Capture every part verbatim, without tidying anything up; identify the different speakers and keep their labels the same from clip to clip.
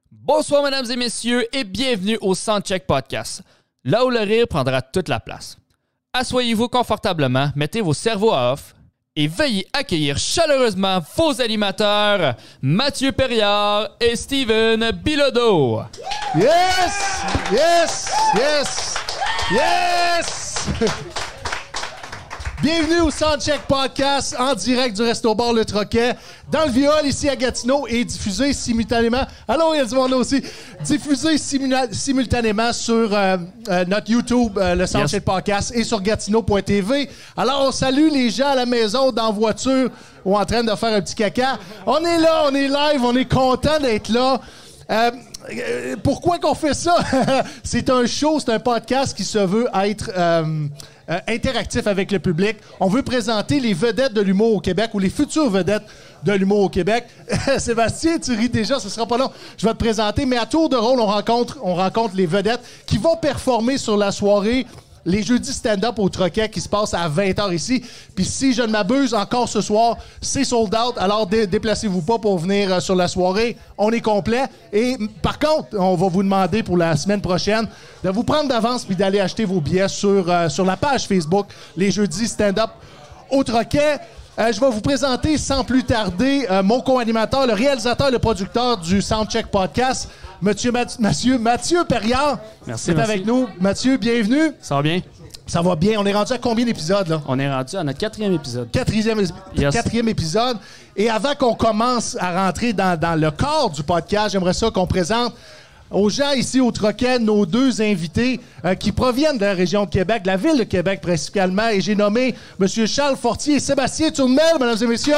Speaker 1: Bonsoir mesdames et messieurs et bienvenue au Soundcheck Podcast, là où le rire prendra toute la place. Assoyez-vous confortablement, mettez vos cerveaux à off et veuillez accueillir chaleureusement vos animateurs Mathieu Perriard et Steven Bilodeau.
Speaker 2: Yes! Yes! Yes! Yes! Bienvenue au Soundcheck Podcast en direct du Resto-Bar Le Troquet, dans le Viol, ici à Gatineau, et diffusé simultanément... Allô, il y a du monde là aussi! Diffusé simula- simultanément sur euh, euh, notre YouTube, euh, le Soundcheck yes. Podcast, et sur gatineau point t v. Alors, on salue les gens à la maison, dans la voiture, ou en train de faire un petit caca. On est là, on est live, on est content d'être là. Euh, pourquoi qu'on fait ça? C'est un show, c'est un podcast qui se veut être... Euh, Euh, interactif avec le public. On veut présenter les vedettes de l'humour au Québec ou les futures vedettes de l'humour au Québec. Sébastien, tu ris déjà, ce sera pas long. Je vais te présenter, mais à tour de rôle, on rencontre, on rencontre les vedettes qui vont performer sur la soirée les jeudis stand-up au Troquet qui se passe à vingt heures ici. Puis si je ne m'abuse, encore ce soir, c'est sold out. Alors dé- déplacez-vous pas pour venir euh, sur la soirée. On est complet. Et par contre, on va vous demander pour la semaine prochaine de vous prendre d'avance puis d'aller acheter vos billets sur, euh, sur la page Facebook les jeudis stand-up au Troquet. Euh, je vais vous présenter sans plus tarder euh, mon co-animateur, le réalisateur, le producteur du Soundcheck Podcast, Monsieur Mathieu, Mathieu Perriard.
Speaker 1: Merci,
Speaker 2: c'est
Speaker 1: merci.
Speaker 2: avec nous. Mathieu, bienvenue.
Speaker 1: Ça va bien?
Speaker 2: Ça va bien. On est rendu à combien d'épisodes, là?
Speaker 1: On est rendu à notre quatrième épisode.
Speaker 2: Quatrième,
Speaker 1: yes.
Speaker 2: quatrième épisode. Et avant qu'on commence à rentrer dans, dans le corps du podcast, j'aimerais ça qu'on présente aux gens ici au Troquet nos deux invités euh, qui proviennent de la région de Québec, de la ville de Québec principalement. Et j'ai nommé M. Charles Fortier et Sébastien Tournelle, mesdames et messieurs,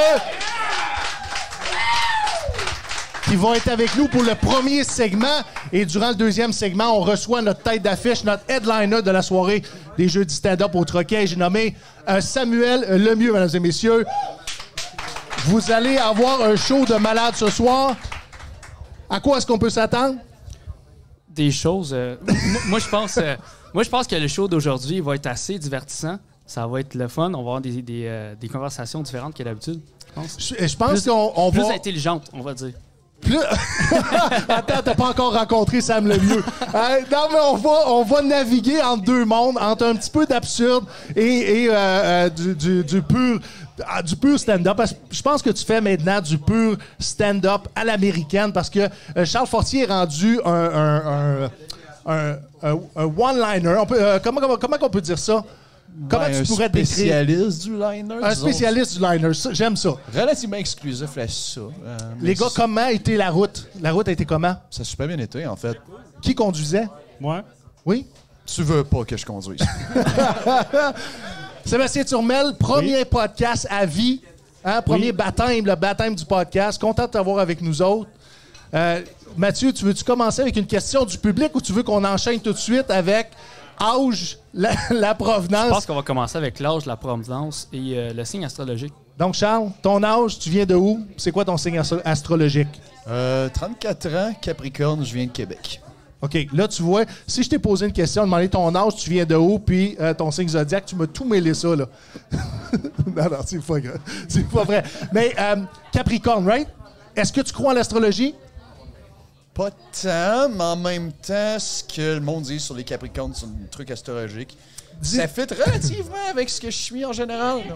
Speaker 2: qui vont être avec nous pour le premier segment. Et durant le deuxième segment, on reçoit notre tête d'affiche, notre headliner de la soirée des Jeudis stand-up au Troquet. J'ai nommé euh, Samuel Lemieux, mesdames et messieurs. Vous allez avoir un show de malade ce soir. À quoi est-ce qu'on peut s'attendre?
Speaker 1: Des choses... Euh, moi, je pense, euh, moi, je pense que le show d'aujourd'hui va être assez divertissant. Ça va être le fun. On va avoir des, des, euh, des conversations différentes que d'habitude, je pense.
Speaker 2: Je, je pense
Speaker 1: plus,
Speaker 2: qu'on on
Speaker 1: plus
Speaker 2: va...
Speaker 1: intelligente, on va dire.
Speaker 2: Plus... Attends, t'as pas encore rencontré Sam Lemieux. Euh, non, mais on va, on va naviguer entre deux mondes, entre un petit peu d'absurde et, et euh, euh, du, du, du pur... du pur stand-up. Parce que je pense que tu fais maintenant du pur stand-up à l'américaine parce que euh, Charles Fortier est rendu un, un, un, un, un, un one-liner. On peut, euh, comment, comment, comment on peut dire ça? Comment
Speaker 3: ben,
Speaker 2: tu pourrais décrire?
Speaker 3: Un spécialiste du liner.
Speaker 2: Un
Speaker 3: disons.
Speaker 2: spécialiste du liner. Ça, j'aime ça.
Speaker 3: Relativement exclusif là, ça. Euh,
Speaker 2: Les gars, comment a été la route? La route a été comment?
Speaker 3: Ça a super bien été, en fait.
Speaker 2: Qui conduisait?
Speaker 4: Moi.
Speaker 2: Oui?
Speaker 3: Tu veux pas que je conduise.
Speaker 2: Sébastien Turmel, premier
Speaker 4: oui.
Speaker 2: podcast à vie. Hein, premier oui. baptême, le baptême du podcast. Content de t'avoir avec nous autres. Euh, Mathieu, tu veux-tu commencer avec une question du public ou tu veux qu'on enchaîne tout de suite avec âge, la, la provenance?
Speaker 1: Je pense qu'on va commencer avec l'âge, la provenance et euh, le signe astrologique.
Speaker 2: Donc, Charles, ton âge, tu viens de où? C'est quoi ton signe astro- astrologique?
Speaker 3: Euh, trente-quatre ans, Capricorne, je viens de Québec.
Speaker 2: OK, là, tu vois, si je t'ai posé une question, demandé ton âge, tu viens de où, puis euh, ton signe zodiaque, tu m'as tout mêlé ça, là. non, non, c'est pas vrai. C'est pas vrai. Mais euh, Capricorne, right? Est-ce que tu crois en l'astrologie?
Speaker 3: Pas tant, mais en même temps, ce que le monde dit sur les Capricornes, c'est un truc astrologique. Dis... Ça fit relativement avec ce que je suis en général. Non?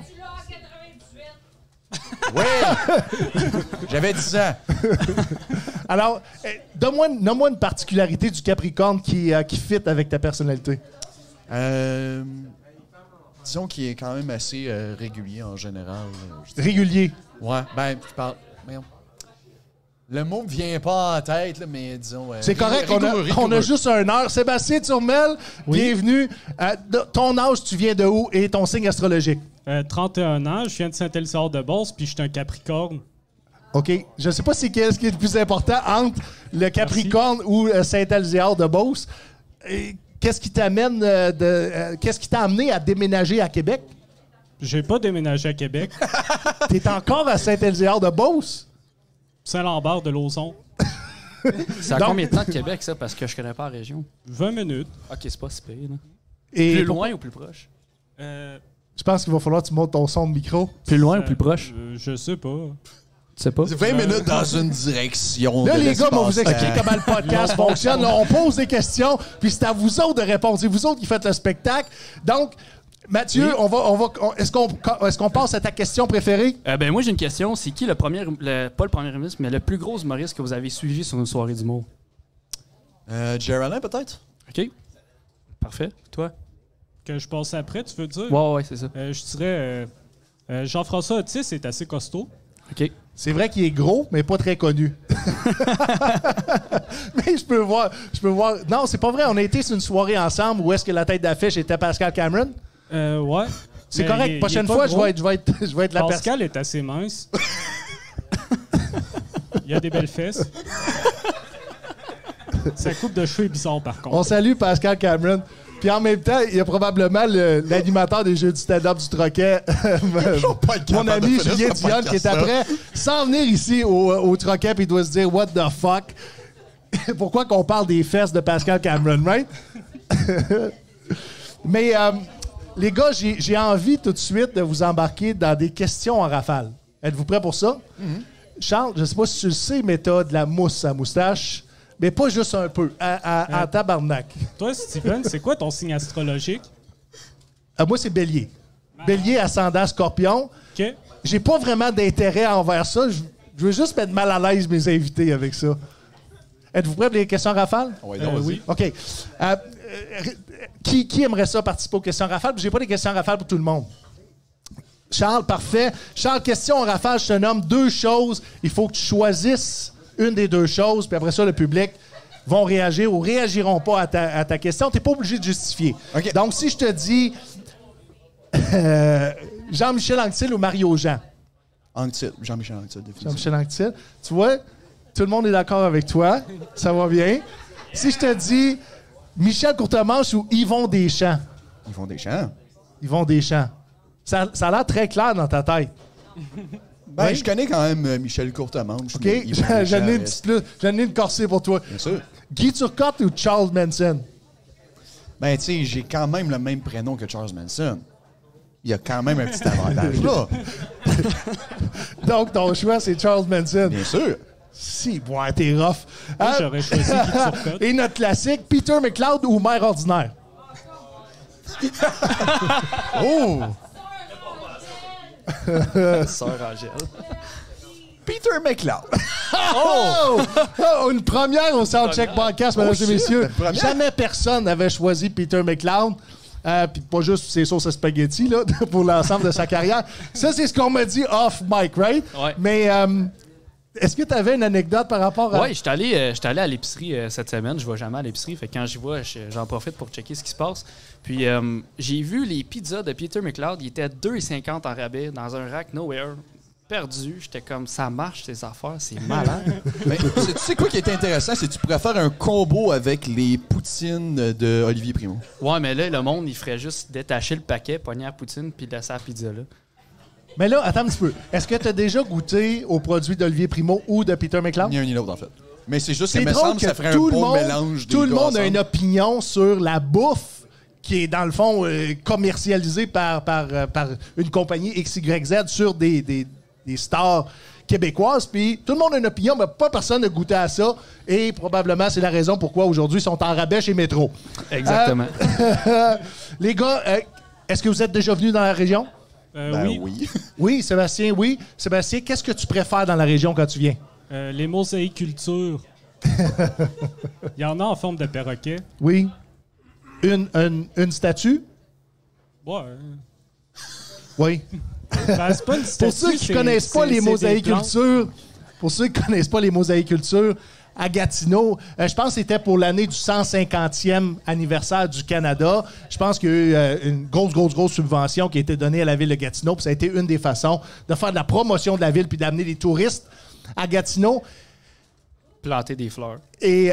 Speaker 3: Ouais! J'avais dix ans.
Speaker 2: Alors, euh, donne-moi, donne-moi une particularité du Capricorne qui, euh, qui fit avec ta personnalité.
Speaker 3: Euh, disons qu'il est quand même assez euh, régulier en général.
Speaker 2: Régulier?
Speaker 3: Ouais, ben, je parle... Voyons. Le mot me vient pas en tête, là, mais disons... Euh,
Speaker 2: c'est correct, on a, on a juste un heure. Sébastien Turmel, oui. Bienvenue. Euh, de, ton âge, tu viens de où et ton signe astrologique?
Speaker 4: Euh, trente et un ans, je viens de Saint-Élisard-de-Beauce, puis je suis un Capricorne.
Speaker 2: OK. Je ne sais pas c'est qu'est-ce qui est le plus important entre le Capricorne Merci. ou euh, Saint-Élisard-de-Beauce. Et qu'est-ce qui t'amène euh, de, euh, qu'est-ce qui t'a amené à déménager à Québec?
Speaker 4: J'ai pas déménagé à Québec.
Speaker 2: T'es encore à Saint-Élisard-de-Beauce?
Speaker 4: Saint-Lambert de Lauzon.
Speaker 1: C'est à
Speaker 2: Donc,
Speaker 1: combien de temps de Québec, ça? Parce que je connais pas la région.
Speaker 4: vingt minutes.
Speaker 1: OK, c'est pas si pire, là.
Speaker 2: Et
Speaker 1: plus
Speaker 2: pour...
Speaker 1: loin ou plus proche?
Speaker 4: Euh...
Speaker 2: Je pense qu'il va falloir que tu montes ton son de micro.
Speaker 1: Plus loin
Speaker 4: euh,
Speaker 1: ou plus proche?
Speaker 4: Euh, je sais pas.
Speaker 1: Tu sais pas?
Speaker 3: vingt minutes dans une direction.
Speaker 2: Là,
Speaker 3: de
Speaker 2: les gars, on va vous
Speaker 3: l'espace-temps.
Speaker 2: expliquer comment le podcast fonctionne. Là, on pose des questions, puis c'est à vous autres de répondre. C'est vous autres qui faites le spectacle. Donc, Mathieu,
Speaker 4: Oui.
Speaker 2: on va, on va, on- est-ce qu'on, est-ce qu'on passe à ta question préférée?
Speaker 5: Euh, ben moi j'ai une question, c'est qui le premier, le, pas le premier humoriste, mais le plus gros humoriste que vous avez suivi sur une soirée d'humour?
Speaker 3: Euh, Jerry Allen, peut-être?
Speaker 5: OK. Parfait. Toi?
Speaker 4: Que je passe après, tu veux dire?
Speaker 5: Ouais, ouais, c'est ça.
Speaker 4: Euh, je dirais... euh, euh, Jean-François Otis est assez costaud.
Speaker 5: OK.
Speaker 2: C'est vrai qu'il est gros, mais pas très connu. Mais je peux voir, je peux voir. Non, c'est pas vrai. On a été sur une soirée ensemble où est-ce que la tête d'affiche était Pascal Cameron.
Speaker 4: Euh, ouais.
Speaker 2: C'est
Speaker 4: Mais
Speaker 2: correct.
Speaker 4: il est-
Speaker 2: Prochaine
Speaker 4: il est pas
Speaker 2: fois, je
Speaker 4: gros.
Speaker 2: vais être, je vais être, je vais être la personne.
Speaker 4: Pascal est assez mince. Il a des belles fesses. Sa coupe de cheveux est bizarre, par contre.
Speaker 2: On salue Pascal Cameron. Puis en même temps, il y a probablement le- l'animateur des jeux du stand-up du Troquet,
Speaker 3: pas être
Speaker 2: mon
Speaker 3: capable
Speaker 2: ami
Speaker 3: de finir
Speaker 2: Julien
Speaker 3: ce
Speaker 2: Dionne, qui est
Speaker 3: podcast-là.
Speaker 2: après, sans venir ici au, au Troquet, puis il doit se dire « What the fuck? » Pourquoi qu'on parle des fesses de Pascal Cameron, right? Mais euh, les gars, j'ai j'ai envie tout de suite de vous embarquer dans des questions en rafale. Êtes-vous prêts pour ça? Charles, je sais pas si tu le sais, mais t'as de la mousse à moustache. Mais pas juste un peu, à, à- en tabarnak.
Speaker 4: Toi, Steven, c'est quoi ton signe astrologique?
Speaker 2: Euh, moi, c'est Bélier. Bélier, ascendant Scorpion.
Speaker 4: OK.
Speaker 2: J'ai pas vraiment d'intérêt envers ça. Je, je veux juste mettre mal à l'aise mes invités avec ça. Êtes-vous prêts pour les questions rafales?
Speaker 3: Ouais,
Speaker 4: Euh,
Speaker 3: vas-y.
Speaker 4: oui.
Speaker 2: OK. Euh, euh, qui, qui aimerait ça participer aux questions rafales? J'ai pas des questions rafales pour tout le monde. Charles, parfait. Charles, question en rafale, je te nomme deux choses. Il faut que tu choisisses une des deux choses, puis après ça, le public vont réagir ou réagiront pas à ta, à ta question. Tu n'es pas obligé de justifier.
Speaker 3: OK.
Speaker 2: Donc, si je te dis euh, Jean-Michel Anctil ou Mario Jean?
Speaker 3: Anctil, Jean-Michel Anctil, définitivement.
Speaker 2: Jean-Michel Anctil. Tu vois, tout le monde est d'accord avec toi. Ça va bien. Si je te dis Michel Courtemanche ou Yvon Deschamps?
Speaker 3: Ils font des chants.
Speaker 2: Yvon Deschamps. Ça, ça a l'air très clair dans ta tête.
Speaker 3: Ben,
Speaker 2: Oui.
Speaker 3: je connais quand même euh, Michel Courtemanche.
Speaker 2: OK?
Speaker 3: mais ils font des
Speaker 2: J'en ai
Speaker 3: chants,
Speaker 2: une petite plus- j'en ai une corsée pour toi.
Speaker 3: Bien sûr.
Speaker 2: Guy Turcotte ou Charles Manson?
Speaker 3: Ben, tu sais, j'ai quand même le même prénom que Charles Manson. Il y a quand même un petit avantage là.
Speaker 2: Donc, ton choix, c'est Charles Manson.
Speaker 3: Bien sûr.
Speaker 2: Si, ouais, t'es rough.
Speaker 4: Moi,
Speaker 2: Hein?
Speaker 4: j'aurais choisi Guy Turcotte.
Speaker 2: Et notre classique, Peter McLeod ou Mère ordinaire?
Speaker 3: Oh!
Speaker 5: Sœur Angèle.
Speaker 3: Peter McLeod.
Speaker 2: Oh! Oh, une première au Soundcheck Podcast, mesdames
Speaker 3: Oh,
Speaker 2: et
Speaker 3: shit,
Speaker 2: messieurs.
Speaker 3: une première.
Speaker 2: Jamais personne n'avait choisi Peter McLeod. Euh, Puis pas juste ses sauces à spaghetti là, pour l'ensemble de sa carrière. Ça, c'est ce qu'on m'a dit off mic, right?
Speaker 5: Ouais.
Speaker 2: Mais euh, est-ce que tu avais une anecdote par rapport à...
Speaker 5: Ouais, j'étais allé, euh, j'étais allé à l'épicerie euh, cette semaine. Je vais jamais à l'épicerie. Fait que quand j'y vais, je- j'en profite pour checker ce qui se passe. Puis euh, j'ai vu les pizzas de Peter McLeod. Ils étaient à deux cinquante en rabais dans un rack Nowhere. Perdu. J'étais comme, ça marche ces affaires. C'est malade.
Speaker 3: Mais tu sais- tu sais quoi qui est intéressant, c'est que tu pourrais faire un combo avec les poutines de Olivier Primo.
Speaker 5: Ouais, mais là, le monde, il ferait juste détacher le paquet, pogner la poutine, puis laisser la pizza là.
Speaker 2: Mais là, attends un petit peu. Est-ce que tu as déjà goûté aux produits d'Olivier Primo ou de Peter McLeod?
Speaker 3: Ni un ni l'autre, en fait. Mais c'est juste que,
Speaker 2: C'est
Speaker 3: me
Speaker 2: drôle
Speaker 3: semble,
Speaker 2: que
Speaker 3: ça ferait un
Speaker 2: tout le
Speaker 3: bon
Speaker 2: monde,
Speaker 3: mélange des
Speaker 2: tout le
Speaker 3: gars
Speaker 2: monde a
Speaker 3: ensemble.
Speaker 2: une opinion sur la bouffe qui est, dans le fond, euh, commercialisée par, par, euh, par une compagnie X Y Z sur des, des, des stars québécoises. Puis tout le monde a une opinion, mais pas personne n'a goûté à ça. Et probablement, c'est la raison pourquoi aujourd'hui ils sont en rabais chez Métro.
Speaker 5: Exactement.
Speaker 2: Les gars, euh, est-ce que vous êtes déjà venus dans la région?
Speaker 4: Euh,
Speaker 3: Ben
Speaker 4: oui.
Speaker 3: oui.
Speaker 2: Oui, Sébastien, oui. Sébastien, qu'est-ce que tu préfères dans la région quand tu viens?
Speaker 4: Euh, les mosaïcultures. Il y en a en forme de perroquet.
Speaker 2: Oui. Une, une, une statue?
Speaker 4: Ouais.
Speaker 2: Oui.
Speaker 4: Ben, c'est pas une
Speaker 2: Pour
Speaker 4: statue,
Speaker 2: ceux qui
Speaker 4: c'est-
Speaker 2: connaissent pas
Speaker 4: c'est-
Speaker 2: les
Speaker 4: c'est des
Speaker 2: mosaïcultures, pour ceux qui connaissent pas les mosaïcultures, à Gatineau, euh, je pense que c'était pour l'année du cent cinquantième anniversaire du Canada. Je pense qu'il y a eu euh, une grosse, grosse, grosse subvention qui a été donnée à la ville de Gatineau. Puis ça a été une des façons de faire de la promotion de la ville puis d'amener les touristes à Gatineau.
Speaker 5: Planter des fleurs.
Speaker 2: Et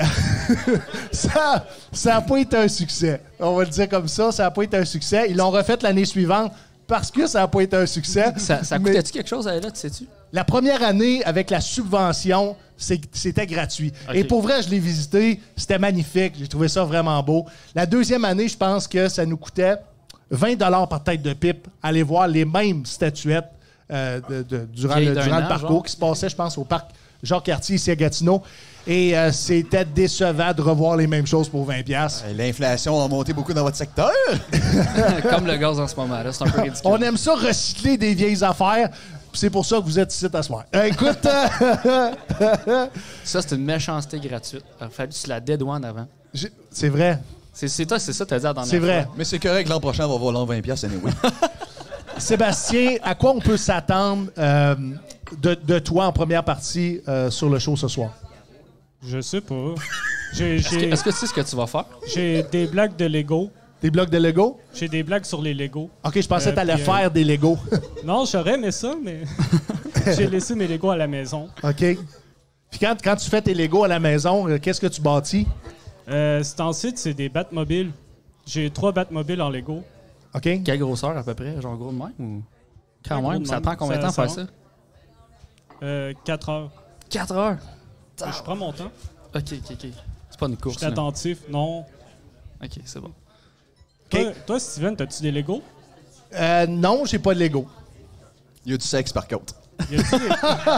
Speaker 2: ça n'a pas été un succès. On va le dire comme ça, ça n'a pas été un succès. Ils l'ont refait l'année suivante parce que ça n'a pas été un succès.
Speaker 5: Ça, ça
Speaker 2: Mais-
Speaker 5: coûtait-tu quelque chose à elle, là, tu sais-tu?
Speaker 2: La première année, avec la subvention, c'est- c'était gratuit.
Speaker 5: Ok.
Speaker 2: Et pour vrai, je l'ai visité. C'était magnifique. J'ai trouvé ça vraiment beau. La deuxième année, je pense que ça nous coûtait vingt dollars par tête de pipe aller voir les mêmes statuettes euh, de, de- durant,
Speaker 1: Vieille
Speaker 2: le,
Speaker 1: d'un
Speaker 2: durant le
Speaker 1: an,
Speaker 2: parcours
Speaker 1: genre.
Speaker 2: qui se passait, je pense, au parc Jacques-Cartier ici à Gatineau. Et euh, c'était décevant de revoir les mêmes choses pour vingt piastres.
Speaker 3: Euh, L'inflation a monté beaucoup dans votre secteur.
Speaker 1: Comme le gaz en ce moment, là. C'est un peu ridicule.
Speaker 2: On aime ça recycler des vieilles affaires. Puis c'est pour ça que vous êtes ici à soir. Euh, écoute, euh,
Speaker 1: Ça, c'est une méchanceté gratuite. Il a fallu que tu la dédouanes avant.
Speaker 2: j'ai- c'est vrai.
Speaker 1: C'est, c'est toi, c'est ça que tu as dit à la dernière
Speaker 2: C'est vrai.
Speaker 3: Mais c'est correct, l'an prochain, on va voir l'an vingt piastres anyway.
Speaker 2: Sébastien, à quoi on peut s'attendre euh, de, de toi en première partie euh, sur le show ce soir?
Speaker 4: Je sais pas. J'ai,
Speaker 1: Est-ce que,
Speaker 4: j'ai,
Speaker 1: est-ce que tu sais ce que tu vas faire?
Speaker 4: j'ai des blagues de Lego.
Speaker 2: Des blocs de Lego?
Speaker 4: J'ai des blagues sur les Lego.
Speaker 2: OK, je pensais
Speaker 4: Euh,
Speaker 2: que t'allais
Speaker 4: puis, euh,
Speaker 2: faire des Lego.
Speaker 4: Non, j'aurais aimé ça, mais j'ai laissé mes Lego à la maison.
Speaker 2: OK. Puis quand, quand tu fais tes Lego à la maison, euh, qu'est-ce que tu bâtis?
Speaker 4: Euh, c'est en site, c'est des Batmobiles. J'ai trois Batmobiles en Lego.
Speaker 2: OK?
Speaker 1: Quelle grosseur à peu près? Genre gros de même ou. Quand
Speaker 4: Ouais, gros
Speaker 1: même,
Speaker 4: de
Speaker 1: ça
Speaker 4: même.
Speaker 1: prend combien de temps à
Speaker 4: Ça-
Speaker 1: faire
Speaker 4: ça
Speaker 1: ça?
Speaker 4: Euh, quatre heures.
Speaker 1: quatre heures.
Speaker 4: Je prends mon temps.
Speaker 1: Ok, ok, ok. C'est pas une
Speaker 4: Je
Speaker 1: course.
Speaker 4: suis
Speaker 1: là.
Speaker 4: attentif. Non.
Speaker 1: Ok, c'est bon.
Speaker 4: Toi, toi, Steven, t'as-tu des Lego?
Speaker 2: Euh, non, j'ai pas de Lego.
Speaker 3: Il y a du sexe, par contre.
Speaker 4: Y a-tu des-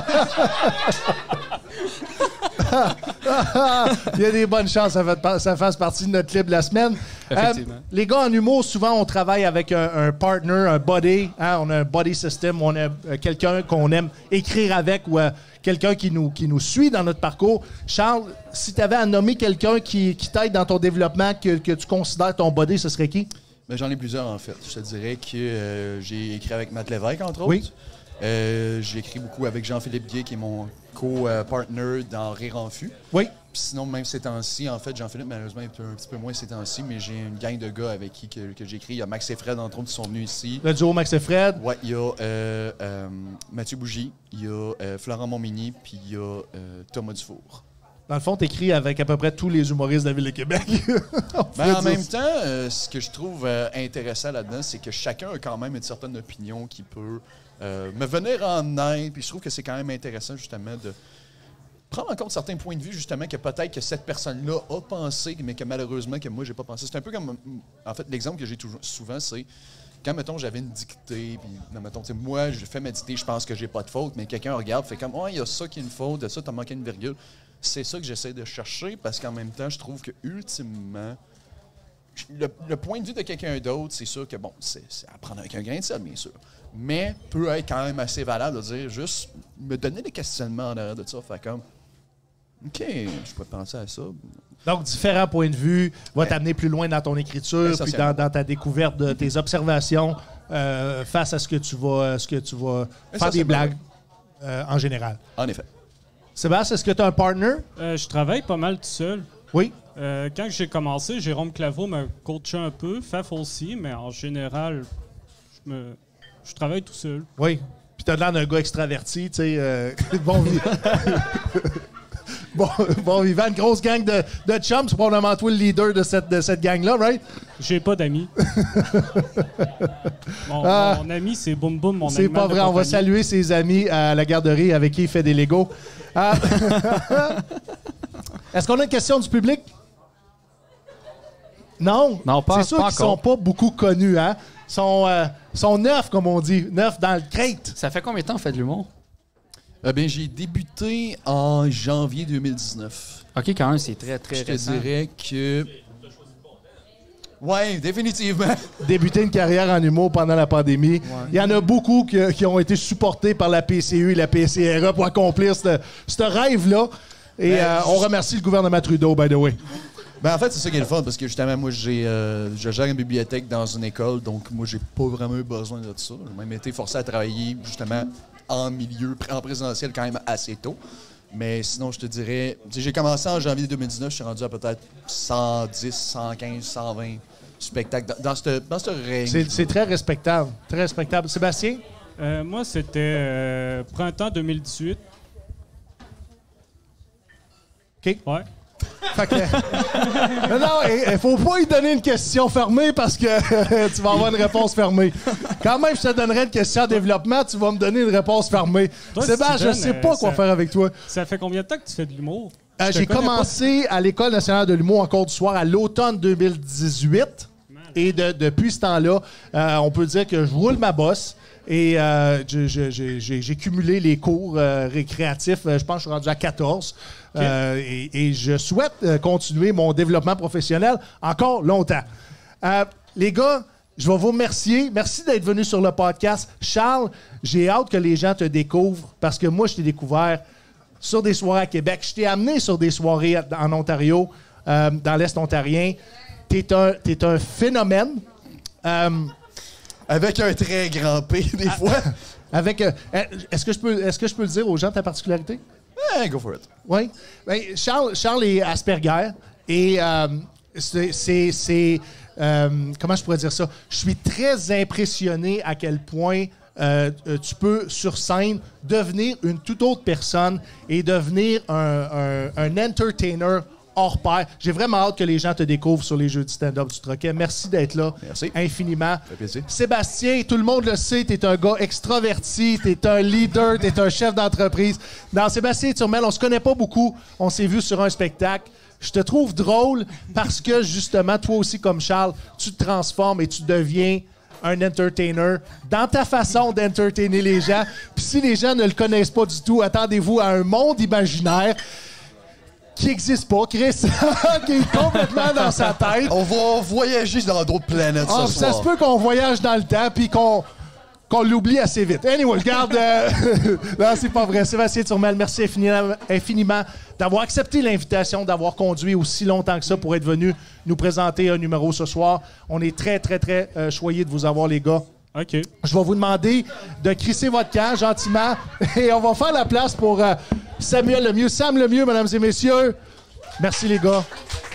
Speaker 2: Il y a des bonnes chances que ça, fait pa- ça fasse partie de notre clip de la semaine.
Speaker 1: Effectivement.
Speaker 2: les gars en humour, souvent, on travaille avec un, un partner, un buddy. Hein, on a un buddy system. On a euh, quelqu'un qu'on aime écrire avec ou euh, quelqu'un qui nous, qui nous suit dans notre parcours. Charles, si tu avais à nommer quelqu'un qui, qui t'aide dans ton développement, que, que tu considères ton buddy, ce serait qui?
Speaker 3: Ben, j'en ai plusieurs, en fait. Je te dirais que euh, j'ai écrit avec Matt Lévesque, entre autres.
Speaker 2: Oui.
Speaker 3: Euh, j'ai écrit beaucoup avec Jean-Philippe Guay, qui est mon co-partner dans Rire en Fût.
Speaker 2: Oui.
Speaker 3: Puis sinon, même ces temps-ci, en fait, Jean-Philippe, malheureusement, est un petit peu moins ces temps-ci, mais j'ai une gang de gars avec qui que, que j'écris. Il y a Max et Fred, entre autres, qui sont venus ici.
Speaker 2: Le duo Max et Fred.
Speaker 3: Ouais, il y a euh, euh, Mathieu Bougie, il y a euh, Florent Montmigny, puis il y a euh, Thomas Dufour.
Speaker 2: Dans le fond, t'écris avec à peu près tous les humoristes de la Ville de Québec. On peut
Speaker 3: Ben, en
Speaker 2: dire
Speaker 3: même
Speaker 2: ça.
Speaker 3: temps, euh, ce que je trouve euh, intéressant là-dedans, c'est que chacun a quand même une certaine opinion qui peut euh, me venir en aide. Puis je trouve que c'est quand même intéressant, justement, de prendre en compte certains points de vue, justement, que peut-être que cette personne-là a pensé, mais que malheureusement, que moi, j'ai pas pensé. C'est un peu comme, en fait, l'exemple que j'ai toujours, souvent, c'est quand, mettons, j'avais une dictée, puis, non, mettons, tu sais, moi, je fais ma dictée, je pense que j'ai pas de faute, mais quelqu'un regarde, fait comme, oh, il y a ça qui est une faute, de ça, t'as manqué une virgule. C'est ça que j'essaie de chercher, parce qu'en même temps, je trouve que, ultimement, le, le point de vue de quelqu'un d'autre, c'est sûr que, bon, c'est c'est à prendre avec un grain de sel, bien sûr, mais peut être quand même assez valable de dire, juste me donner des questionnements en arrière de ça, fait comme, OK, je pourrais penser à ça.
Speaker 2: Donc, différents points de vue vont
Speaker 3: Ouais.
Speaker 2: t'amener plus loin dans ton écriture, puis
Speaker 3: Essentiellement.
Speaker 2: dans, dans ta découverte de tes observations euh, face à ce que tu vas, ce que tu vas faire des
Speaker 3: Essentiellement,
Speaker 2: blagues euh, en général.
Speaker 3: En effet.
Speaker 2: Sébastien, est-ce que tu as un partner?
Speaker 4: Euh, je travaille pas mal tout seul.
Speaker 2: Oui.
Speaker 4: Euh, quand j'ai commencé, Jérôme Claveau m'a coaché un peu, Faf aussi, mais en général, je, me, je travaille tout seul.
Speaker 2: Oui. Puis t'as l'air d'un gars extraverti, tu sais. euh, bon, vi- bon, bon vivant, une grosse gang de, de chums. C'est probablement toi le leader de cette, de cette gang-là, right?
Speaker 4: J'ai pas d'amis. mon,
Speaker 2: Ah.
Speaker 4: mon ami, c'est Boum Boum, mon
Speaker 2: C'est
Speaker 4: animal
Speaker 2: pas
Speaker 4: de
Speaker 2: vrai. On va
Speaker 4: compagnie.
Speaker 2: saluer ses amis à la garderie avec qui il fait des Legos. Ah. Est-ce qu'on a une question du public? Non?
Speaker 1: Non, pas-
Speaker 2: C'est sûr
Speaker 1: pas
Speaker 2: qu'ils
Speaker 1: encore.
Speaker 2: sont pas beaucoup connus, hein? Ils sont, euh, sont neufs, comme on dit. Neufs dans le crate.
Speaker 1: Ça fait combien de temps que vous faites de l'humour?
Speaker 3: Eh bien, j'ai débuté en janvier deux mille dix-neuf.
Speaker 1: Ok, quand même, c'est très, très
Speaker 3: Je te
Speaker 1: récent.
Speaker 3: dirais que... Ouais, définitivement.
Speaker 2: Débuter une carrière en humour pendant la pandémie. Il y en a beaucoup qui, qui ont été supportés par la P C U et la P C R E pour accomplir ce ce rêve-là. Et
Speaker 3: Ben,
Speaker 2: euh, on remercie le gouvernement Trudeau, by the way.
Speaker 3: Ben, en fait, c'est ça qui est le fun, parce que justement, moi, j'ai, euh, je gère une bibliothèque dans une école, donc moi, j'ai pas vraiment eu besoin de ça. J'ai même été forcé à travailler, justement, en milieu, en présentiel, quand même assez tôt. Mais sinon, je te dirais, tu sais, j'ai commencé en janvier deux mille dix-neuf, je suis rendu à peut-être cent dix, cent quinze, cent vingt spectacles dans, dans ce dans cette range.
Speaker 2: C'est c'est très respectable. Très respectable. Sébastien?
Speaker 4: Euh, moi, c'était euh, printemps deux mille dix-huit.
Speaker 2: OK.
Speaker 4: Ouais.
Speaker 2: Fait que- non, non, il faut pas lui donner une question fermée parce que tu vas avoir une réponse fermée. Quand même, je te donnerais une question en développement, tu vas me donner une réponse fermée.
Speaker 4: Toi,
Speaker 2: Sébastien, je
Speaker 4: Steven,
Speaker 2: sais pas
Speaker 4: euh,
Speaker 2: quoi
Speaker 4: ça-
Speaker 2: faire avec toi.
Speaker 4: Ça fait combien de temps que tu fais de l'humour?
Speaker 2: Euh,
Speaker 4: Je te
Speaker 2: J'ai
Speaker 4: connais
Speaker 2: commencé à l'École nationale de l'humour en cours du soir à l'automne deux mille dix-huit. Et de- depuis ce temps-là, euh, on peut dire que je roule ma bosse. Et euh, je- je- je- j'ai j'ai cumulé les cours euh, récréatifs. Euh, Je pense que je suis rendu à quatorze. Euh, et, et je souhaite euh, continuer mon développement professionnel encore longtemps. Euh, les gars, je vais vous remercier. Merci d'être venus sur le podcast. Charles, j'ai hâte que les gens te découvrent parce que moi, je t'ai découvert sur des soirées à Québec. Je t'ai amené sur des soirées en Ontario, euh, dans l'Est ontarien. T'es un, t'es un phénomène. Euh,
Speaker 3: Avec un très grand P, des fois.
Speaker 2: avec, euh, est-ce que je peux, est-ce que je peux le dire aux gens ta particularité?
Speaker 3: Eh, go for it.
Speaker 2: Oui. Ben, Charles, Charles est Asperger et euh, c'est, c'est, c'est, euh, comment je pourrais dire ça? Je suis très impressionné à quel point euh, euh, tu peux, sur scène, devenir une toute autre personne et devenir un, un, un entertainer hors pair. J'ai vraiment hâte que les gens te découvrent sur les jeux du stand-up du Troquet. Merci d'être là.
Speaker 3: Merci.
Speaker 2: Infiniment.
Speaker 3: Ça fait plaisir.
Speaker 2: Sébastien, tout le monde le sait, t'es un gars extraverti, t'es un leader, t'es un chef d'entreprise. Dans Sébastien Turmel, on se connaît pas beaucoup, on s'est vu sur un spectacle. Je te trouve drôle parce que, justement, toi aussi, comme Charles, tu te transformes et tu deviens un entertainer dans ta façon d'entertainer les gens. Puis si les gens ne le connaissent pas du tout, attendez-vous à un monde imaginaire qui n'existe pas, Chris, qui est complètement dans sa tête.
Speaker 3: On va voyager dans d'autres planètes
Speaker 2: Ah,
Speaker 3: ce
Speaker 2: ça
Speaker 3: soir.
Speaker 2: se peut qu'on voyage dans le temps puis qu'on qu'on l'oublie assez vite. Anyway, regarde. Euh... non, c'est pas vrai. Sébastien Turmel, merci infiniment, infiniment d'avoir accepté l'invitation, d'avoir conduit aussi longtemps que ça pour être venu nous présenter un numéro ce soir. On est très, très, très euh, choyés de vous avoir, les gars.
Speaker 4: OK.
Speaker 2: Je vais vous demander de crisser votre camp gentiment et on va faire la place pour euh, Samuel Lemieux. Sam Lemieux, mesdames et messieurs. Merci, les gars.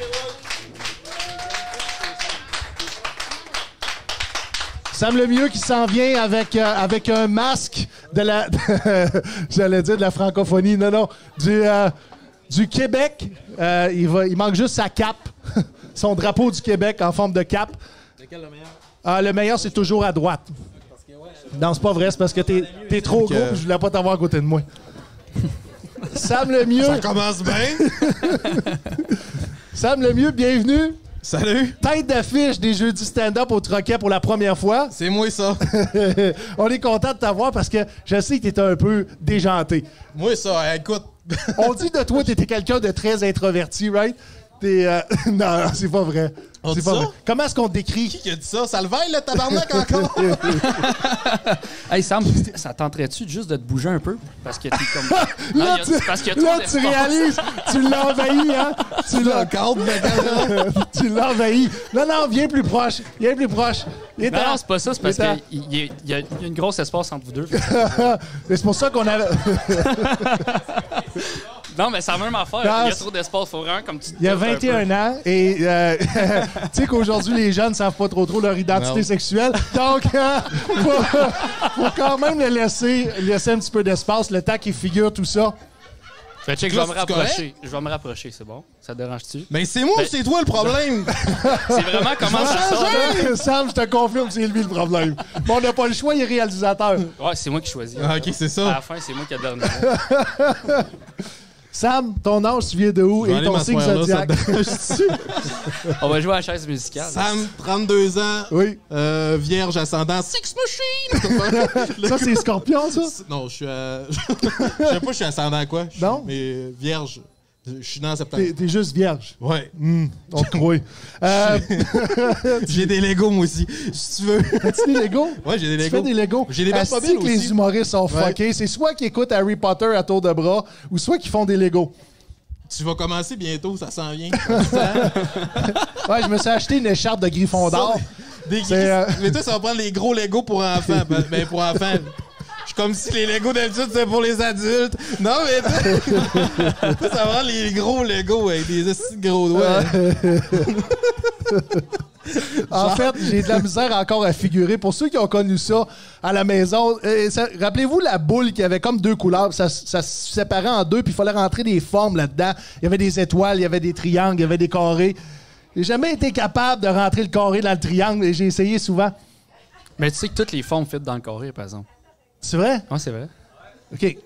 Speaker 2: Sam Lemieux qui s'en vient avec, euh, avec un masque de la... J'allais dire de la francophonie. Non, non. Du, euh, du Québec. Euh, il, va, il manque juste sa cape. Son drapeau du Québec en forme de cape.
Speaker 6: Lequel le meilleur?
Speaker 2: Ah, le meilleur, c'est toujours à droite. Non, c'est pas vrai. C'est parce que t'es, t'es trop gros et je voulais pas t'avoir à côté de moi. Sam Lemieux.
Speaker 6: Ça commence bien.
Speaker 2: Sam Lemieux, bienvenue.
Speaker 6: Salut.
Speaker 2: Tête d'affiche des jeux du stand-up au Troquet pour la première fois.
Speaker 6: C'est moi, ça.
Speaker 2: On est content de t'avoir parce que je sais que t'étais un peu déjanté.
Speaker 6: Moi, ça. Écoute.
Speaker 2: On dit de toi que t'étais quelqu'un de très introverti, right? T'es, euh... non, non, c'est pas vrai.
Speaker 6: On
Speaker 2: c'est
Speaker 6: dit
Speaker 2: pas
Speaker 6: ça?
Speaker 2: vrai. Comment est-ce qu'on te décrit?
Speaker 6: Qui a dit ça? Ça le veille, le tabarnak, encore?
Speaker 5: Hey Sam, ça tenterait-tu juste de te bouger un peu? Parce que t'es comme.
Speaker 2: Là,
Speaker 5: Non, il y a-
Speaker 2: tu,
Speaker 5: parce qu'il y a trop
Speaker 2: là, tu
Speaker 5: d'espace.
Speaker 2: réalises, tu l'as envahi, hein? Tu l'as,
Speaker 6: Encore de la caméra.
Speaker 2: tu l'as envahi. Non, non, viens plus proche. Viens plus proche. Il est
Speaker 5: Non,
Speaker 2: temps.
Speaker 5: non, c'est pas ça, c'est parce
Speaker 2: Il est temps.
Speaker 5: qu'il y, a- il y a il y a une grosse espace entre vous deux.
Speaker 2: Mais c'est pour ça qu'on avait.
Speaker 5: Non, mais c'est la même affaire.
Speaker 2: Non,
Speaker 5: Il y a
Speaker 2: c'est-
Speaker 5: trop d'espace, faut vraiment comme tu te
Speaker 2: Il y a
Speaker 5: tiltes un
Speaker 2: vingt et un
Speaker 5: peu.
Speaker 2: ans et euh, tu sais qu'aujourd'hui, les jeunes ne savent pas trop trop leur identité
Speaker 6: Non.
Speaker 2: sexuelle. Donc, euh, faut, faut quand même le laisser, laisser un petit peu d'espace, le temps qu'il figure tout ça.
Speaker 5: Fait check, je vais me
Speaker 6: C'est
Speaker 5: rapprocher. Je vais me rapprocher, c'est bon? Ça te dérange-tu?
Speaker 6: Mais c'est moi ou
Speaker 5: Ben-
Speaker 6: c'est toi le problème?
Speaker 5: C'est vraiment comment ça sort. là?
Speaker 2: Sam, je te confirme, c'est lui le problème. Mais on n'a pas le choix, il est réalisateur.
Speaker 5: Ouais, c'est moi qui choisis.
Speaker 6: Ah, ok, c'est
Speaker 5: À la
Speaker 6: ça.
Speaker 5: fin, c'est moi qui ai le dernier mot.
Speaker 2: Sam, ton âge, tu viens de où
Speaker 6: Je vais
Speaker 2: et
Speaker 6: aller
Speaker 2: ton signe
Speaker 6: m'asseoir là, ça
Speaker 2: zodiac?
Speaker 6: te dérange-tu?
Speaker 5: On va jouer à la chaise musicale.
Speaker 6: Sam, trente-deux ans,
Speaker 2: Oui.
Speaker 6: euh, vierge ascendant, Sex Machine!
Speaker 2: Ça, c'est Scorpion, ça?
Speaker 6: Non, je suis à... Je sais pas, je suis ascendant à quoi? Je suis-
Speaker 2: Non?
Speaker 6: Mais vierge. Je suis dans septembre.
Speaker 2: T'es, t'es juste vierge.
Speaker 6: Ouais.
Speaker 2: Hum, on te croit. Euh,
Speaker 6: J'ai des Legos, moi aussi, si tu veux.
Speaker 2: As-tu des Legos?
Speaker 6: Ouais, j'ai des
Speaker 2: Tu fais
Speaker 6: Legos.
Speaker 2: des Legos.
Speaker 6: J'ai des
Speaker 2: Asti
Speaker 6: Batmobiles
Speaker 2: que les
Speaker 6: aussi.
Speaker 2: humoristes sont
Speaker 6: Ouais.
Speaker 2: fuckés. C'est soit qu'ils écoutent Harry Potter à tour de bras ou soit qu'ils font des Legos.
Speaker 6: Tu vas commencer bientôt, ça s'en vient.
Speaker 2: Ouais, je me suis acheté une écharpe de Gryffondor.
Speaker 6: Des
Speaker 2: C'est, euh,
Speaker 6: Mais toi, ça va prendre les gros Legos pour enfants. Ben, ben, pour enfants. Je suis comme si les Legos d'habitude, c'est pour les adultes. Non, mais toi, toi, ça va prendre les gros Legos avec des esti de gros doigts.
Speaker 2: En fait, j'ai de la misère encore à figurer. Pour ceux qui ont connu ça à la maison, euh, ça- rappelez-vous la boule qui avait comme deux couleurs. Ça, ça se séparait en deux, puis il fallait rentrer des formes là-dedans. Il y avait des étoiles, il y avait des triangles, il y avait des carrés. J'ai jamais été capable de rentrer le carré dans le triangle et j'ai essayé souvent.
Speaker 5: Mais tu sais que toutes les formes fit dans le carré, par exemple.
Speaker 2: C'est vrai?
Speaker 5: Ouais, c'est vrai.
Speaker 2: OK. Et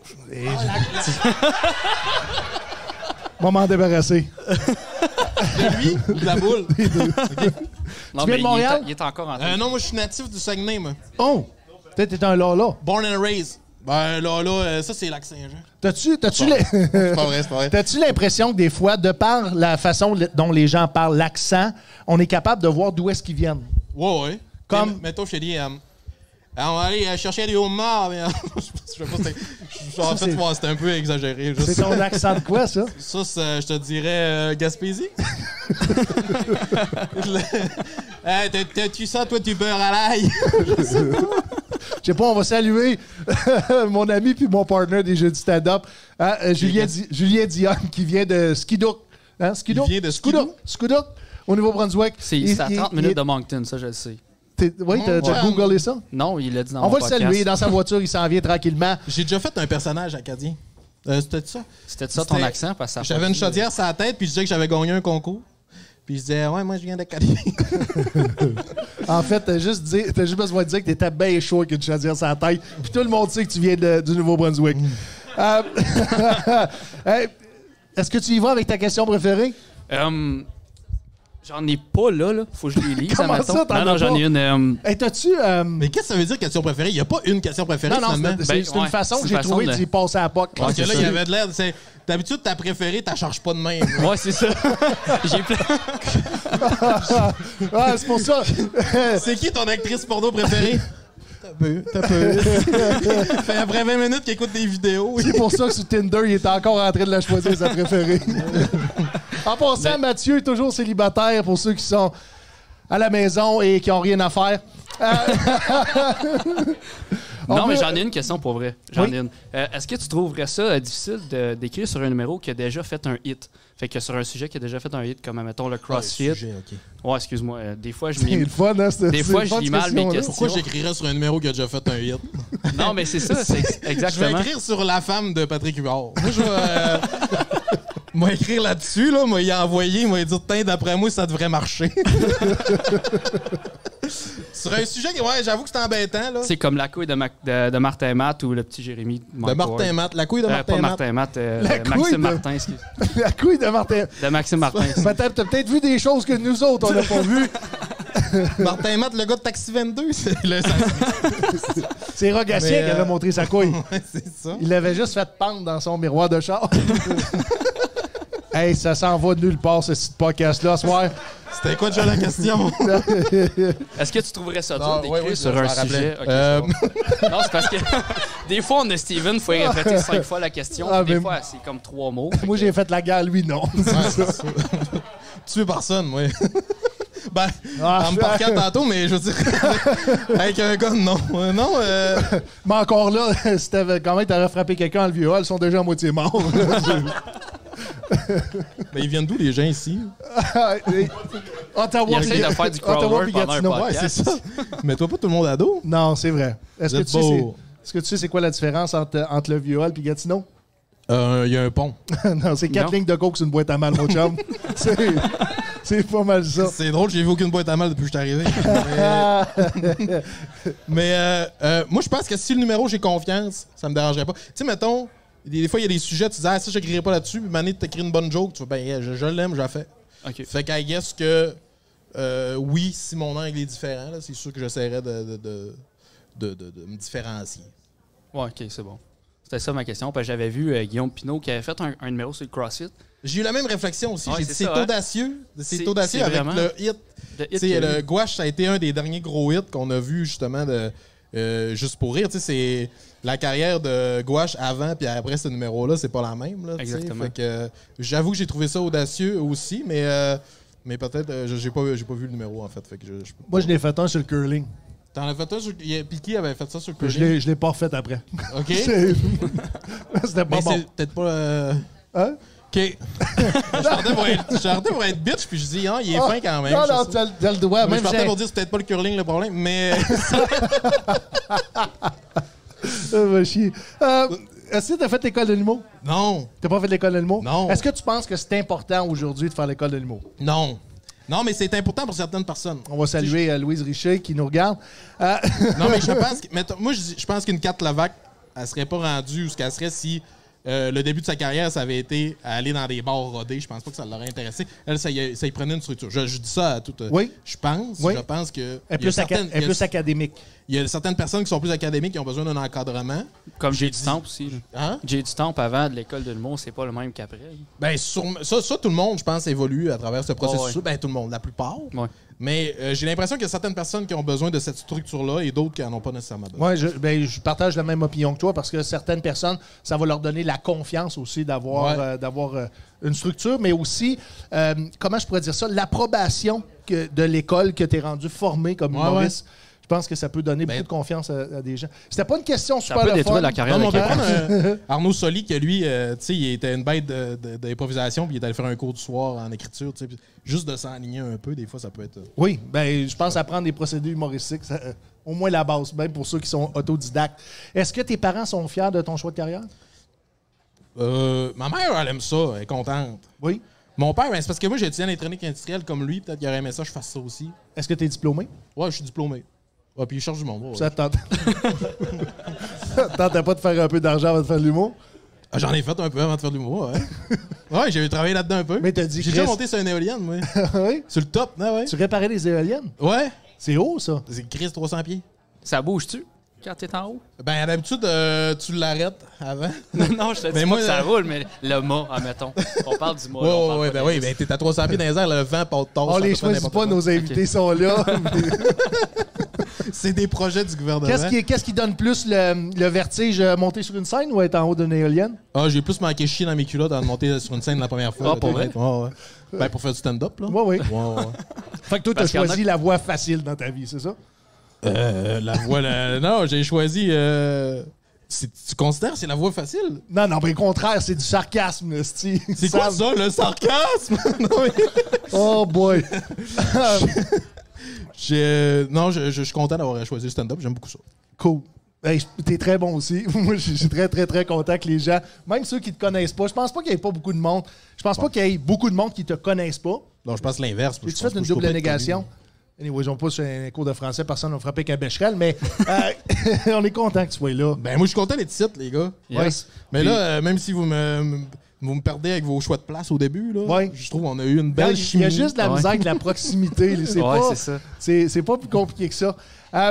Speaker 2: je- Va m'en débarrasser.
Speaker 6: De lui ou de la boule?
Speaker 5: Non,
Speaker 2: viens de
Speaker 5: mais il est-
Speaker 2: Montréal?
Speaker 5: Il est, encore en train.
Speaker 6: Euh, non, moi, je suis natif du Saguenay, moi.
Speaker 2: Oh! Peut-être t'es un Lala.
Speaker 6: Born and raised. Ben là, là, euh, ça, c'est Lac-Saint-Jean.
Speaker 2: T'as-tu, t'as-tu,
Speaker 6: C'est
Speaker 2: l'im-
Speaker 6: C'est pas vrai, c'est pas vrai.
Speaker 2: t'as-tu l'impression que des fois, de par la façon le- dont les gens parlent, l'accent, on est capable de voir d'où est-ce qu'ils viennent?
Speaker 6: Ouais, ouais.
Speaker 2: Comme-
Speaker 6: Mais, mettons, je te dis, euh, on va aller euh, chercher des homards. Mais, je sais pas, c'était. je- En
Speaker 2: Ça,
Speaker 6: fait,
Speaker 2: c'est-
Speaker 6: ouais, c'était un peu exagéré. je
Speaker 2: C'est
Speaker 6: sais.
Speaker 2: ton accent de quoi, ça?
Speaker 6: Ça, c'est, je te dirais euh, Gaspésie. Hey, t'as- t'as-tu ça, toi, tu beurres à l'ail?
Speaker 2: Je sais pas, on va saluer mon ami puis mon partner des jeux du stand-up, hein, euh, Julien, Di- Julien Dion, qui vient de Skidoo. Hein, Skidoo?
Speaker 6: Il vient de
Speaker 2: Skidoo. Skidoo, au Nouveau-Brunswick.
Speaker 5: C'est
Speaker 2: Il-
Speaker 5: c'est à
Speaker 2: il-
Speaker 5: trente
Speaker 2: il-
Speaker 5: minutes de Moncton, ça, je le sais.
Speaker 2: t'es- Oui, t'as, t'as
Speaker 6: Ouais.
Speaker 2: googlé ça?
Speaker 5: Non, il l'a dit dans
Speaker 2: On
Speaker 5: mon
Speaker 2: va le
Speaker 5: podcast.
Speaker 2: saluer. Dans sa voiture, il s'en vient tranquillement.
Speaker 6: J'ai déjà fait un personnage acadien. Euh, c'était ça?
Speaker 5: C'était ça ton
Speaker 6: C'était-
Speaker 5: accent? Parce que ça a
Speaker 6: J'avais
Speaker 5: pas
Speaker 6: une
Speaker 5: dit-
Speaker 6: chaudière sur la tête, puis je disais que j'avais gagné un concours. Puis je disais, ouais, moi, je viens d'Acadie.
Speaker 2: En fait, t'as juste, dit, t'as juste besoin de dire que t'étais bien chaud avec une chaudière sur la tête. Puis tout le monde sait que tu viens de- du Nouveau-Brunswick. Euh, hey, est-ce que tu y vas avec ta question préférée?
Speaker 5: Euh, J'en ai pas là, là. Faut que je les lise,
Speaker 2: Comment
Speaker 5: admettons.
Speaker 2: ça, t'en
Speaker 5: Non,
Speaker 2: as
Speaker 5: non, j'en
Speaker 2: pas?
Speaker 5: ai une. euh,
Speaker 2: Hey, t'as-tu... euh,
Speaker 6: Mais qu'est-ce que ça veut dire, question préférée? Il n'y a pas une question préférée,
Speaker 2: non, non,
Speaker 6: finalement.
Speaker 2: c'est, c'est-
Speaker 5: Ben,
Speaker 2: c'est une
Speaker 5: ouais,
Speaker 2: façon
Speaker 5: c'est
Speaker 2: que
Speaker 5: une
Speaker 2: j'ai
Speaker 5: façon
Speaker 2: trouvé
Speaker 5: de-
Speaker 2: d'y passer à la P O C.
Speaker 6: Parce que
Speaker 5: c'est
Speaker 6: là,
Speaker 5: ça.
Speaker 6: il y avait de l'air. c'est- D'habitude, ta préférée, t'as charges pas de même.
Speaker 5: Ouais, c'est ça. J'ai plein.
Speaker 2: Ah, c'est pour ça.
Speaker 6: C'est qui ton actrice porno préférée? T'as peu, t'as peu. Fait après vingt minutes qu'il écoute des vidéos.
Speaker 2: C'est pour ça que sur Tinder, il est encore en train de la choisir, sa préférée. En passant, Mathieu est toujours célibataire pour ceux qui sont à la maison et qui n'ont rien à faire. On
Speaker 5: Non, mais
Speaker 2: peut-
Speaker 5: j'en ai une question pour vrai. J'en
Speaker 2: Oui.
Speaker 5: ai une. Euh, Est-ce que tu trouverais ça euh, difficile de- d'écrire sur un numéro qui a déjà fait un hit? Fait que sur un sujet qui a déjà fait un hit, comme, mettons, le CrossFit. Ouais, excuse-moi. euh, des fois, je
Speaker 2: C'est
Speaker 5: m'y...
Speaker 2: le fun, hein? c'est-
Speaker 5: Des
Speaker 2: c'est
Speaker 5: fois,
Speaker 2: le
Speaker 5: je
Speaker 2: fun,
Speaker 5: lis
Speaker 2: cette
Speaker 5: mal mes
Speaker 2: question-là.
Speaker 5: questions.
Speaker 6: Pourquoi j'écrirais sur un numéro qui a déjà fait un hit?
Speaker 5: Non, mais c'est ça, c'est ex-
Speaker 6: Je vais
Speaker 5: exactement.
Speaker 6: écrire sur la femme de Patrick Huard. Moi, je vais. Euh, moi, écrire là-dessus, là, moi, y envoyer, moi, dire, tiens, d'après moi, ça devrait marcher. Sur un sujet qui, ouais, j'avoue que c'est embêtant, là.
Speaker 5: C'est comme la couille de, Mac- de, de Martin Matt ou le petit Jérémy.
Speaker 6: De Martin Matt. La couille de
Speaker 5: Euh,
Speaker 6: Martin
Speaker 5: pas
Speaker 6: Matt.
Speaker 5: Martin Matt, euh,
Speaker 2: La
Speaker 5: de
Speaker 2: couille
Speaker 5: Maxime
Speaker 2: de-
Speaker 5: Martin, excuse.
Speaker 2: La couille de Martin.
Speaker 5: De Maxime Martin.
Speaker 2: Ben, t'as, t'as peut-être vu des choses que nous autres, on n'a pas vues.
Speaker 6: Martin Matt, le gars de Taxi vingt-deux. C'est le...
Speaker 2: C'est Rogatien
Speaker 6: Mais,
Speaker 2: qui avait
Speaker 6: euh,
Speaker 2: montré sa couille.
Speaker 6: Ouais, c'est ça.
Speaker 2: Il l'avait juste fait pendre dans son miroir de char. Hey, ça s'en va de nulle part, ce petit podcast-là, ce soir.
Speaker 6: C'était quoi déjà la question?
Speaker 5: Est-ce que tu trouverais ça dur
Speaker 6: Non,
Speaker 5: d'écrire
Speaker 6: ouais, oui,
Speaker 5: sur
Speaker 6: je
Speaker 5: un
Speaker 6: m'en rappelais.
Speaker 5: sujet? Ok,
Speaker 6: Euh,
Speaker 5: c'est bon. Non, c'est parce que des fois, on a Steven, il faut y répéter cinq fois la question.
Speaker 2: Ah,
Speaker 5: puis des
Speaker 2: mais-
Speaker 5: fois, c'est comme trois mots.
Speaker 2: Moi, j'ai fait la guerre, lui, non.
Speaker 6: Ouais, c'est ça. Tuer personne, moi. Ben,
Speaker 2: Ah,
Speaker 6: en me parquant tantôt, mais je veux dire, avec un gun, non. Euh, non, euh,
Speaker 2: Mais encore là, si t'avais, quand même, t'aurais frappé quelqu'un en le viol, ils sont déjà à moitié morts.
Speaker 6: ben, ils viennent d'où, les gens ici?
Speaker 2: Ottawa,
Speaker 5: Il essaie de faire du crowd
Speaker 2: Ottawa
Speaker 5: work
Speaker 2: puis
Speaker 5: pendant un
Speaker 2: Gatineau.
Speaker 5: podcast.
Speaker 6: Ouais, c'est ça. Mets-toi pas tout le monde à dos.
Speaker 2: Non, c'est vrai. Est-ce
Speaker 6: Vous
Speaker 2: que,
Speaker 6: êtes
Speaker 2: tu sais, c'est,
Speaker 6: beau.
Speaker 2: est-ce que tu sais c'est quoi la différence entre, entre le viol et Gatineau?
Speaker 6: Il y a un pont.
Speaker 2: Non, c'est quatre
Speaker 5: Non.
Speaker 2: lignes de coke sur une boîte à mal, mon chum. c'est, c'est pas mal ça.
Speaker 6: C'est drôle, j'ai vu aucune boîte à mal depuis que je suis arrivé. Mais, mais, euh, euh, moi, je pense que si le numéro, j'ai confiance, ça me dérangerait pas. Tu sais, mettons, des, des fois, il y a des sujets, tu dis, ah, ça, je n'écrirai pas là-dessus, puis maintenant, tu écris une bonne joke, tu fais, ben, yeah, je, je l'aime, je la fais.
Speaker 5: OK.
Speaker 6: Fait qu'à guess que, euh, oui, si mon angle est différent, là, c'est sûr que j'essaierais de, de, de, de, de- de me différencier.
Speaker 5: Ouais, OK, c'est bon. C'était ça ma question, parce que j'avais vu euh, Guillaume Pinot qui avait fait un, un numéro sur le CrossFit.
Speaker 6: J'ai eu la même réflexion aussi.
Speaker 5: Ouais,
Speaker 6: j'ai
Speaker 5: c'est
Speaker 6: dit, c'est
Speaker 5: ça, hein?
Speaker 6: audacieux. C'est
Speaker 5: C'est-
Speaker 6: audacieux
Speaker 5: c'est
Speaker 6: avec
Speaker 5: vraiment
Speaker 6: le hit.
Speaker 5: Le hit
Speaker 6: Tu sais,
Speaker 5: qu'il y a
Speaker 6: le
Speaker 5: eu.
Speaker 6: Gouache, ça a été un des derniers gros hits qu'on a vu justement de euh, Juste pour rire. Tu sais, c'est la carrière de Gouache avant puis après ce numéro-là, c'est pas la même. Là, tu sais.
Speaker 5: Exactement.
Speaker 6: Fait que euh, j'avoue que j'ai trouvé ça audacieux aussi, mais euh, mais peut-être euh, j'ai pas j'ai pas vu le numéro en fait. Fait que je, je-
Speaker 2: Moi, je l'ai fait un sur le curling.
Speaker 6: T'en as fait un sur il y a- puis qui avait fait ça sur le
Speaker 2: Je
Speaker 6: curling?
Speaker 2: l'ai, je l'ai pas refait après.
Speaker 6: OK.
Speaker 2: C'est- C'était pas
Speaker 6: Mais
Speaker 2: bon.
Speaker 6: c'est peut-être pas euh,
Speaker 2: Hein?
Speaker 6: OK. je partais pour être je partais pour être bitch puis je dis ah, il est
Speaker 2: Ah,
Speaker 6: fin quand même.
Speaker 2: Non,
Speaker 6: je
Speaker 2: non,
Speaker 6: sais.
Speaker 2: tu as, tu as le droit.
Speaker 6: Mais
Speaker 2: Même
Speaker 6: je partais
Speaker 2: j'ai-
Speaker 6: pour dire c'est peut-être pas le curling le problème, mais
Speaker 2: Ça va chier. Euh, est-ce que tu as fait l'école de l'humour?
Speaker 6: non,
Speaker 2: T'as pas fait l'école de l'humour?
Speaker 6: Non.
Speaker 2: Est-ce que tu penses que c'est important aujourd'hui de faire l'école de l'humour?
Speaker 6: non. Non, mais c'est important pour certaines personnes.
Speaker 2: On va saluer euh, Louise Richer qui nous regarde. Euh,
Speaker 6: Non, mais je pense que. mettons, moi, je, dis- je pense qu'une carte Levac, elle serait pas rendue où ce qu'elle serait si euh, le début de sa carrière, ça avait été à aller dans des bars rodés. Je pense pas que ça l'aurait intéressé. Elle, ça y, ça y prenait une structure. Je, je dis ça à toute...
Speaker 2: Oui.
Speaker 6: Je pense.
Speaker 2: Oui.
Speaker 6: Je pense que...
Speaker 2: Elle est
Speaker 6: il y a
Speaker 2: plus, aca-
Speaker 6: certaines-
Speaker 2: elle est
Speaker 6: il y a-
Speaker 2: plus académique.
Speaker 6: il y a certaines personnes qui sont plus académiques qui ont besoin d'un encadrement.
Speaker 5: Comme Jay
Speaker 6: dit-
Speaker 5: du Temple aussi. là.
Speaker 6: Hein?
Speaker 5: Jay du Temple avant de l'école de l'humour, c'est pas le même qu'après. là.
Speaker 6: Ben, sur- ça, ça, tout le monde, je pense, évolue à travers ce processus.
Speaker 5: ouais.
Speaker 6: Ben, tout le monde, la plupart.
Speaker 5: Ouais.
Speaker 6: Mais euh, j'ai l'impression qu'il y a certaines personnes qui ont besoin de cette structure-là et d'autres qui n'en ont pas nécessairement besoin.
Speaker 2: Moi, je, ben, je partage la même opinion que toi parce que certaines personnes, ça va leur donner la confiance aussi d'avoir
Speaker 6: Ouais.
Speaker 2: euh, d'avoir euh, une structure, mais aussi, euh, comment je pourrais dire ça, l'approbation que- de l'école que tu es rendu formé comme
Speaker 6: Ouais,
Speaker 2: humoriste. Je pense que ça peut donner
Speaker 6: Ben-
Speaker 2: beaucoup de confiance à, à des gens. C'était pas une question
Speaker 5: Ça
Speaker 2: super
Speaker 5: peut
Speaker 2: le
Speaker 5: détruire
Speaker 2: fun.
Speaker 5: la carrière
Speaker 6: Non, mais
Speaker 5: de
Speaker 6: on peut
Speaker 5: quelqu'un.
Speaker 6: prendre un- Arnaud Soli, que lui, euh, tu sais, il était une bête de- de- d'improvisation, puis il est allé faire un cours du soir en écriture, tu sais, puis juste de s'enligner un peu, des fois, ça peut être... euh,
Speaker 2: Oui, ben, je pense apprendre des procédés humoristiques, ça, euh, au moins la base, même pour ceux qui sont autodidactes. Est-ce que tes parents sont fiers de ton choix de carrière?
Speaker 6: Euh, ma mère, elle aime ça, elle est contente.
Speaker 2: Oui.
Speaker 6: Mon père, ben, c'est parce que moi, j'ai étudié en électronique industrielle comme lui, peut-être qu'il aurait aimé ça, je fasse ça aussi.
Speaker 2: Est-ce que tu es diplômé?
Speaker 6: Ouais, je suis diplômé. Ouais, puis il cherche du monde. ouais.
Speaker 2: Ça te tente. Ça te tentait pas de faire un peu d'argent avant de faire de l'humour?
Speaker 6: Ah, j'en ai fait un peu avant de faire de l'humour, ouais. Ouais, j'ai travaillé là-dedans un peu.
Speaker 2: Mais t'as dit,
Speaker 6: J'ai déjà
Speaker 2: Chris-
Speaker 6: monté sur une éolienne, moi.
Speaker 2: Oui.
Speaker 6: Sur le top, ah ouais.
Speaker 2: Tu réparais des éoliennes?
Speaker 6: Ouais.
Speaker 2: C'est haut, ça.
Speaker 6: C'est Chris trois cents pieds.
Speaker 5: Ça bouge-tu quand t'es en haut?
Speaker 6: Ben, d'habitude, euh, tu l'arrêtes avant.
Speaker 5: non, je te dis
Speaker 6: Ben
Speaker 5: pas
Speaker 6: moi,
Speaker 5: que ça
Speaker 6: euh,
Speaker 5: roule, mais le mât, admettons. On parle du mât.
Speaker 6: Ouais,
Speaker 5: là, on
Speaker 6: ouais,
Speaker 5: parle
Speaker 6: ouais,
Speaker 5: pas
Speaker 6: ben
Speaker 5: des
Speaker 6: oui, ben t'es à trois cents pieds dans les airs, le vent part de tasse.
Speaker 2: On les choisit pas, nos invités sont là.
Speaker 6: C'est des projets du gouvernement.
Speaker 2: Qu'est-ce qui, qu'est-ce qui donne plus le, le vertige, euh, monter sur une scène ou être en haut d'une éolienne?
Speaker 6: Ah, j'ai plus manqué chier dans mes culottes en monter sur une scène la première fois.
Speaker 5: Ah,
Speaker 6: là,
Speaker 5: pour
Speaker 6: t'es
Speaker 5: vrai?
Speaker 6: honnête. Ouais, ouais. Ben, pour faire du stand-up, là.
Speaker 2: Oui, oui.
Speaker 6: Ouais, ouais, ouais.
Speaker 2: Fait que toi, t'as
Speaker 5: Parce qu'il y en a
Speaker 2: choisi la voie facile dans ta vie, c'est ça?
Speaker 6: Euh, la voie, la- non, j'ai choisi. Euh... c'est- Tu considères que c'est la voie facile?
Speaker 2: Non, non, mais au contraire, c'est du sarcasme, esti.
Speaker 6: C'est quoi ça, le sarcasme? Non, mais-
Speaker 2: Oh boy!
Speaker 6: J'ai, euh, non, je, je- je suis content d'avoir choisi le stand-up. J'aime beaucoup ça.
Speaker 2: Cool. Hey, t'es très bon aussi. Moi, je suis très, très, très content que les gens, même ceux qui te connaissent pas, je pense pas qu'il y ait pas beaucoup de monde. Je pense pas qu'il y ait beaucoup de monde qui te connaissent pas.
Speaker 6: Non, je pense l'inverse.
Speaker 2: J'ai-tu
Speaker 6: Je
Speaker 2: fait
Speaker 6: pense
Speaker 2: une
Speaker 6: pas- je peux
Speaker 2: double
Speaker 6: pas être
Speaker 2: négation? Anyway, on pas sur un cours de français, personne n'a frappé qu'un bécherel, mais euh, on est content que tu sois là.
Speaker 6: connu. Ben, moi, je suis content d'être ici, les gars.
Speaker 5: Yes.
Speaker 6: Mais
Speaker 5: Puis-
Speaker 6: là, euh, même si vous me, vous me perdez avec vos choix de place au début, là,
Speaker 2: Ouais.
Speaker 6: je trouve qu'on a eu une
Speaker 2: Il
Speaker 6: belle
Speaker 2: y
Speaker 6: chimie.
Speaker 2: a juste de la
Speaker 5: Ouais.
Speaker 2: misère avec la proximité. là. C'est
Speaker 5: Ouais,
Speaker 2: pas,
Speaker 5: c'est ça.
Speaker 2: c'est, c'est pas plus compliqué que ça. Euh,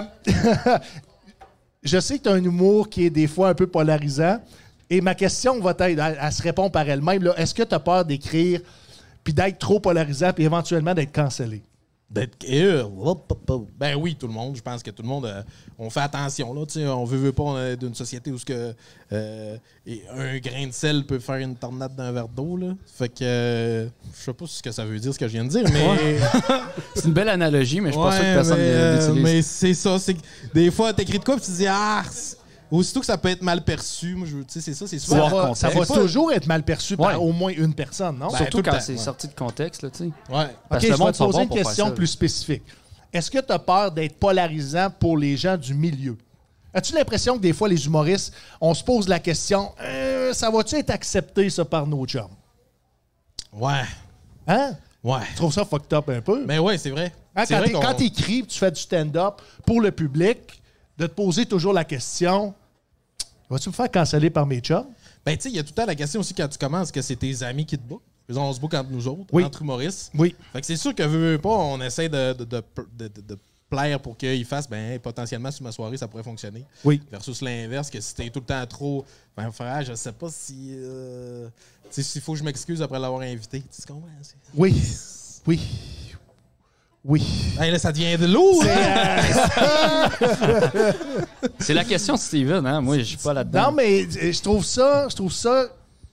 Speaker 2: je sais que tu as un humour qui est des fois un peu polarisant. Et ma question va être, elle, elle se répond par elle-même. là. Est-ce que tu as peur d'écrire, puis d'être trop polarisant, puis éventuellement d'être cancellé?
Speaker 6: D'être. euh, hop, hop, hop. Ben oui, tout le monde. Je pense que tout le monde. euh, on fait attention. Là, tu sais, on veut, veut pas on est d'une société où ce que, euh, et un grain de sel peut faire une tornade d'un verre d'eau. Là. Fait que. euh, je sais pas ce que ça veut dire, ce que je viens de dire, mais.
Speaker 5: C'est une belle analogie, mais je suis pas sûr que
Speaker 6: Ouais,
Speaker 5: personne
Speaker 6: mais, euh,
Speaker 5: l'utilise.
Speaker 6: mais c'est ça. C'est que des fois, t'écris de quoi, puis tu te dis, ah, c'est- aussitôt que ça peut être mal perçu. Moi, je veux- tu sais, c'est ça, c'est
Speaker 2: Ça
Speaker 6: souvent.
Speaker 5: Voir
Speaker 2: va, ça
Speaker 6: contexte.
Speaker 2: va
Speaker 6: C'est pas-
Speaker 2: toujours être mal perçu
Speaker 5: Ouais.
Speaker 2: par au moins une personne, non?
Speaker 6: Ben,
Speaker 5: Surtout
Speaker 6: tout le
Speaker 5: quand
Speaker 6: temps,
Speaker 5: c'est
Speaker 6: ouais.
Speaker 5: sorti de contexte, là, tu sais.
Speaker 6: Ouais.
Speaker 5: Parce
Speaker 2: OK,
Speaker 5: que
Speaker 2: je
Speaker 5: le
Speaker 2: vais
Speaker 5: monde
Speaker 2: te
Speaker 5: sont
Speaker 2: poser
Speaker 5: bons
Speaker 2: une
Speaker 5: pour faire
Speaker 2: question
Speaker 5: ça.
Speaker 2: plus spécifique. Est-ce que tu as peur d'être polarisant pour les gens du milieu? As-tu l'impression que des fois, les humoristes, on se pose la question, euh, ça va-tu être accepté, ça, par nos chums?
Speaker 6: Ouais.
Speaker 2: Hein?
Speaker 6: Ouais.
Speaker 2: Tu trouves ça fucked up un peu?
Speaker 6: Mais ouais, c'est vrai.
Speaker 2: Hein,
Speaker 6: C'est
Speaker 2: quand
Speaker 6: vrai
Speaker 2: t'es-
Speaker 6: qu'on-
Speaker 2: quand t'écris, tu fais du stand-up pour le public, de te poser toujours la question, vas-tu me faire canceller par mes chums?
Speaker 6: Ben, tu sais, il y a tout le temps la question aussi quand tu commences que c'est tes amis qui te bookent. On se book entre nous autres,
Speaker 2: Oui.
Speaker 6: entre humoristes.
Speaker 2: Oui.
Speaker 6: Fait que c'est sûr que veux, veux pas, on essaie de, de, de, de- de- de plaire pour qu'ils fassent, ben, potentiellement sur ma soirée, ça pourrait fonctionner.
Speaker 2: Oui.
Speaker 6: Versus l'inverse, que si t'es tout le temps trop. Ben, frère, je sais pas si. Euh, tu sais, s'il faut que je m'excuse après l'avoir invité. Tu comprends? c'est-
Speaker 2: Oui. Oui. Oui.
Speaker 6: Hey, là, ça devient de lourd! hein?
Speaker 5: C'est la question de Steven, hein? Moi, je suis pas là-dedans.
Speaker 2: Non, mais euh, je trouve ça, je trouve ça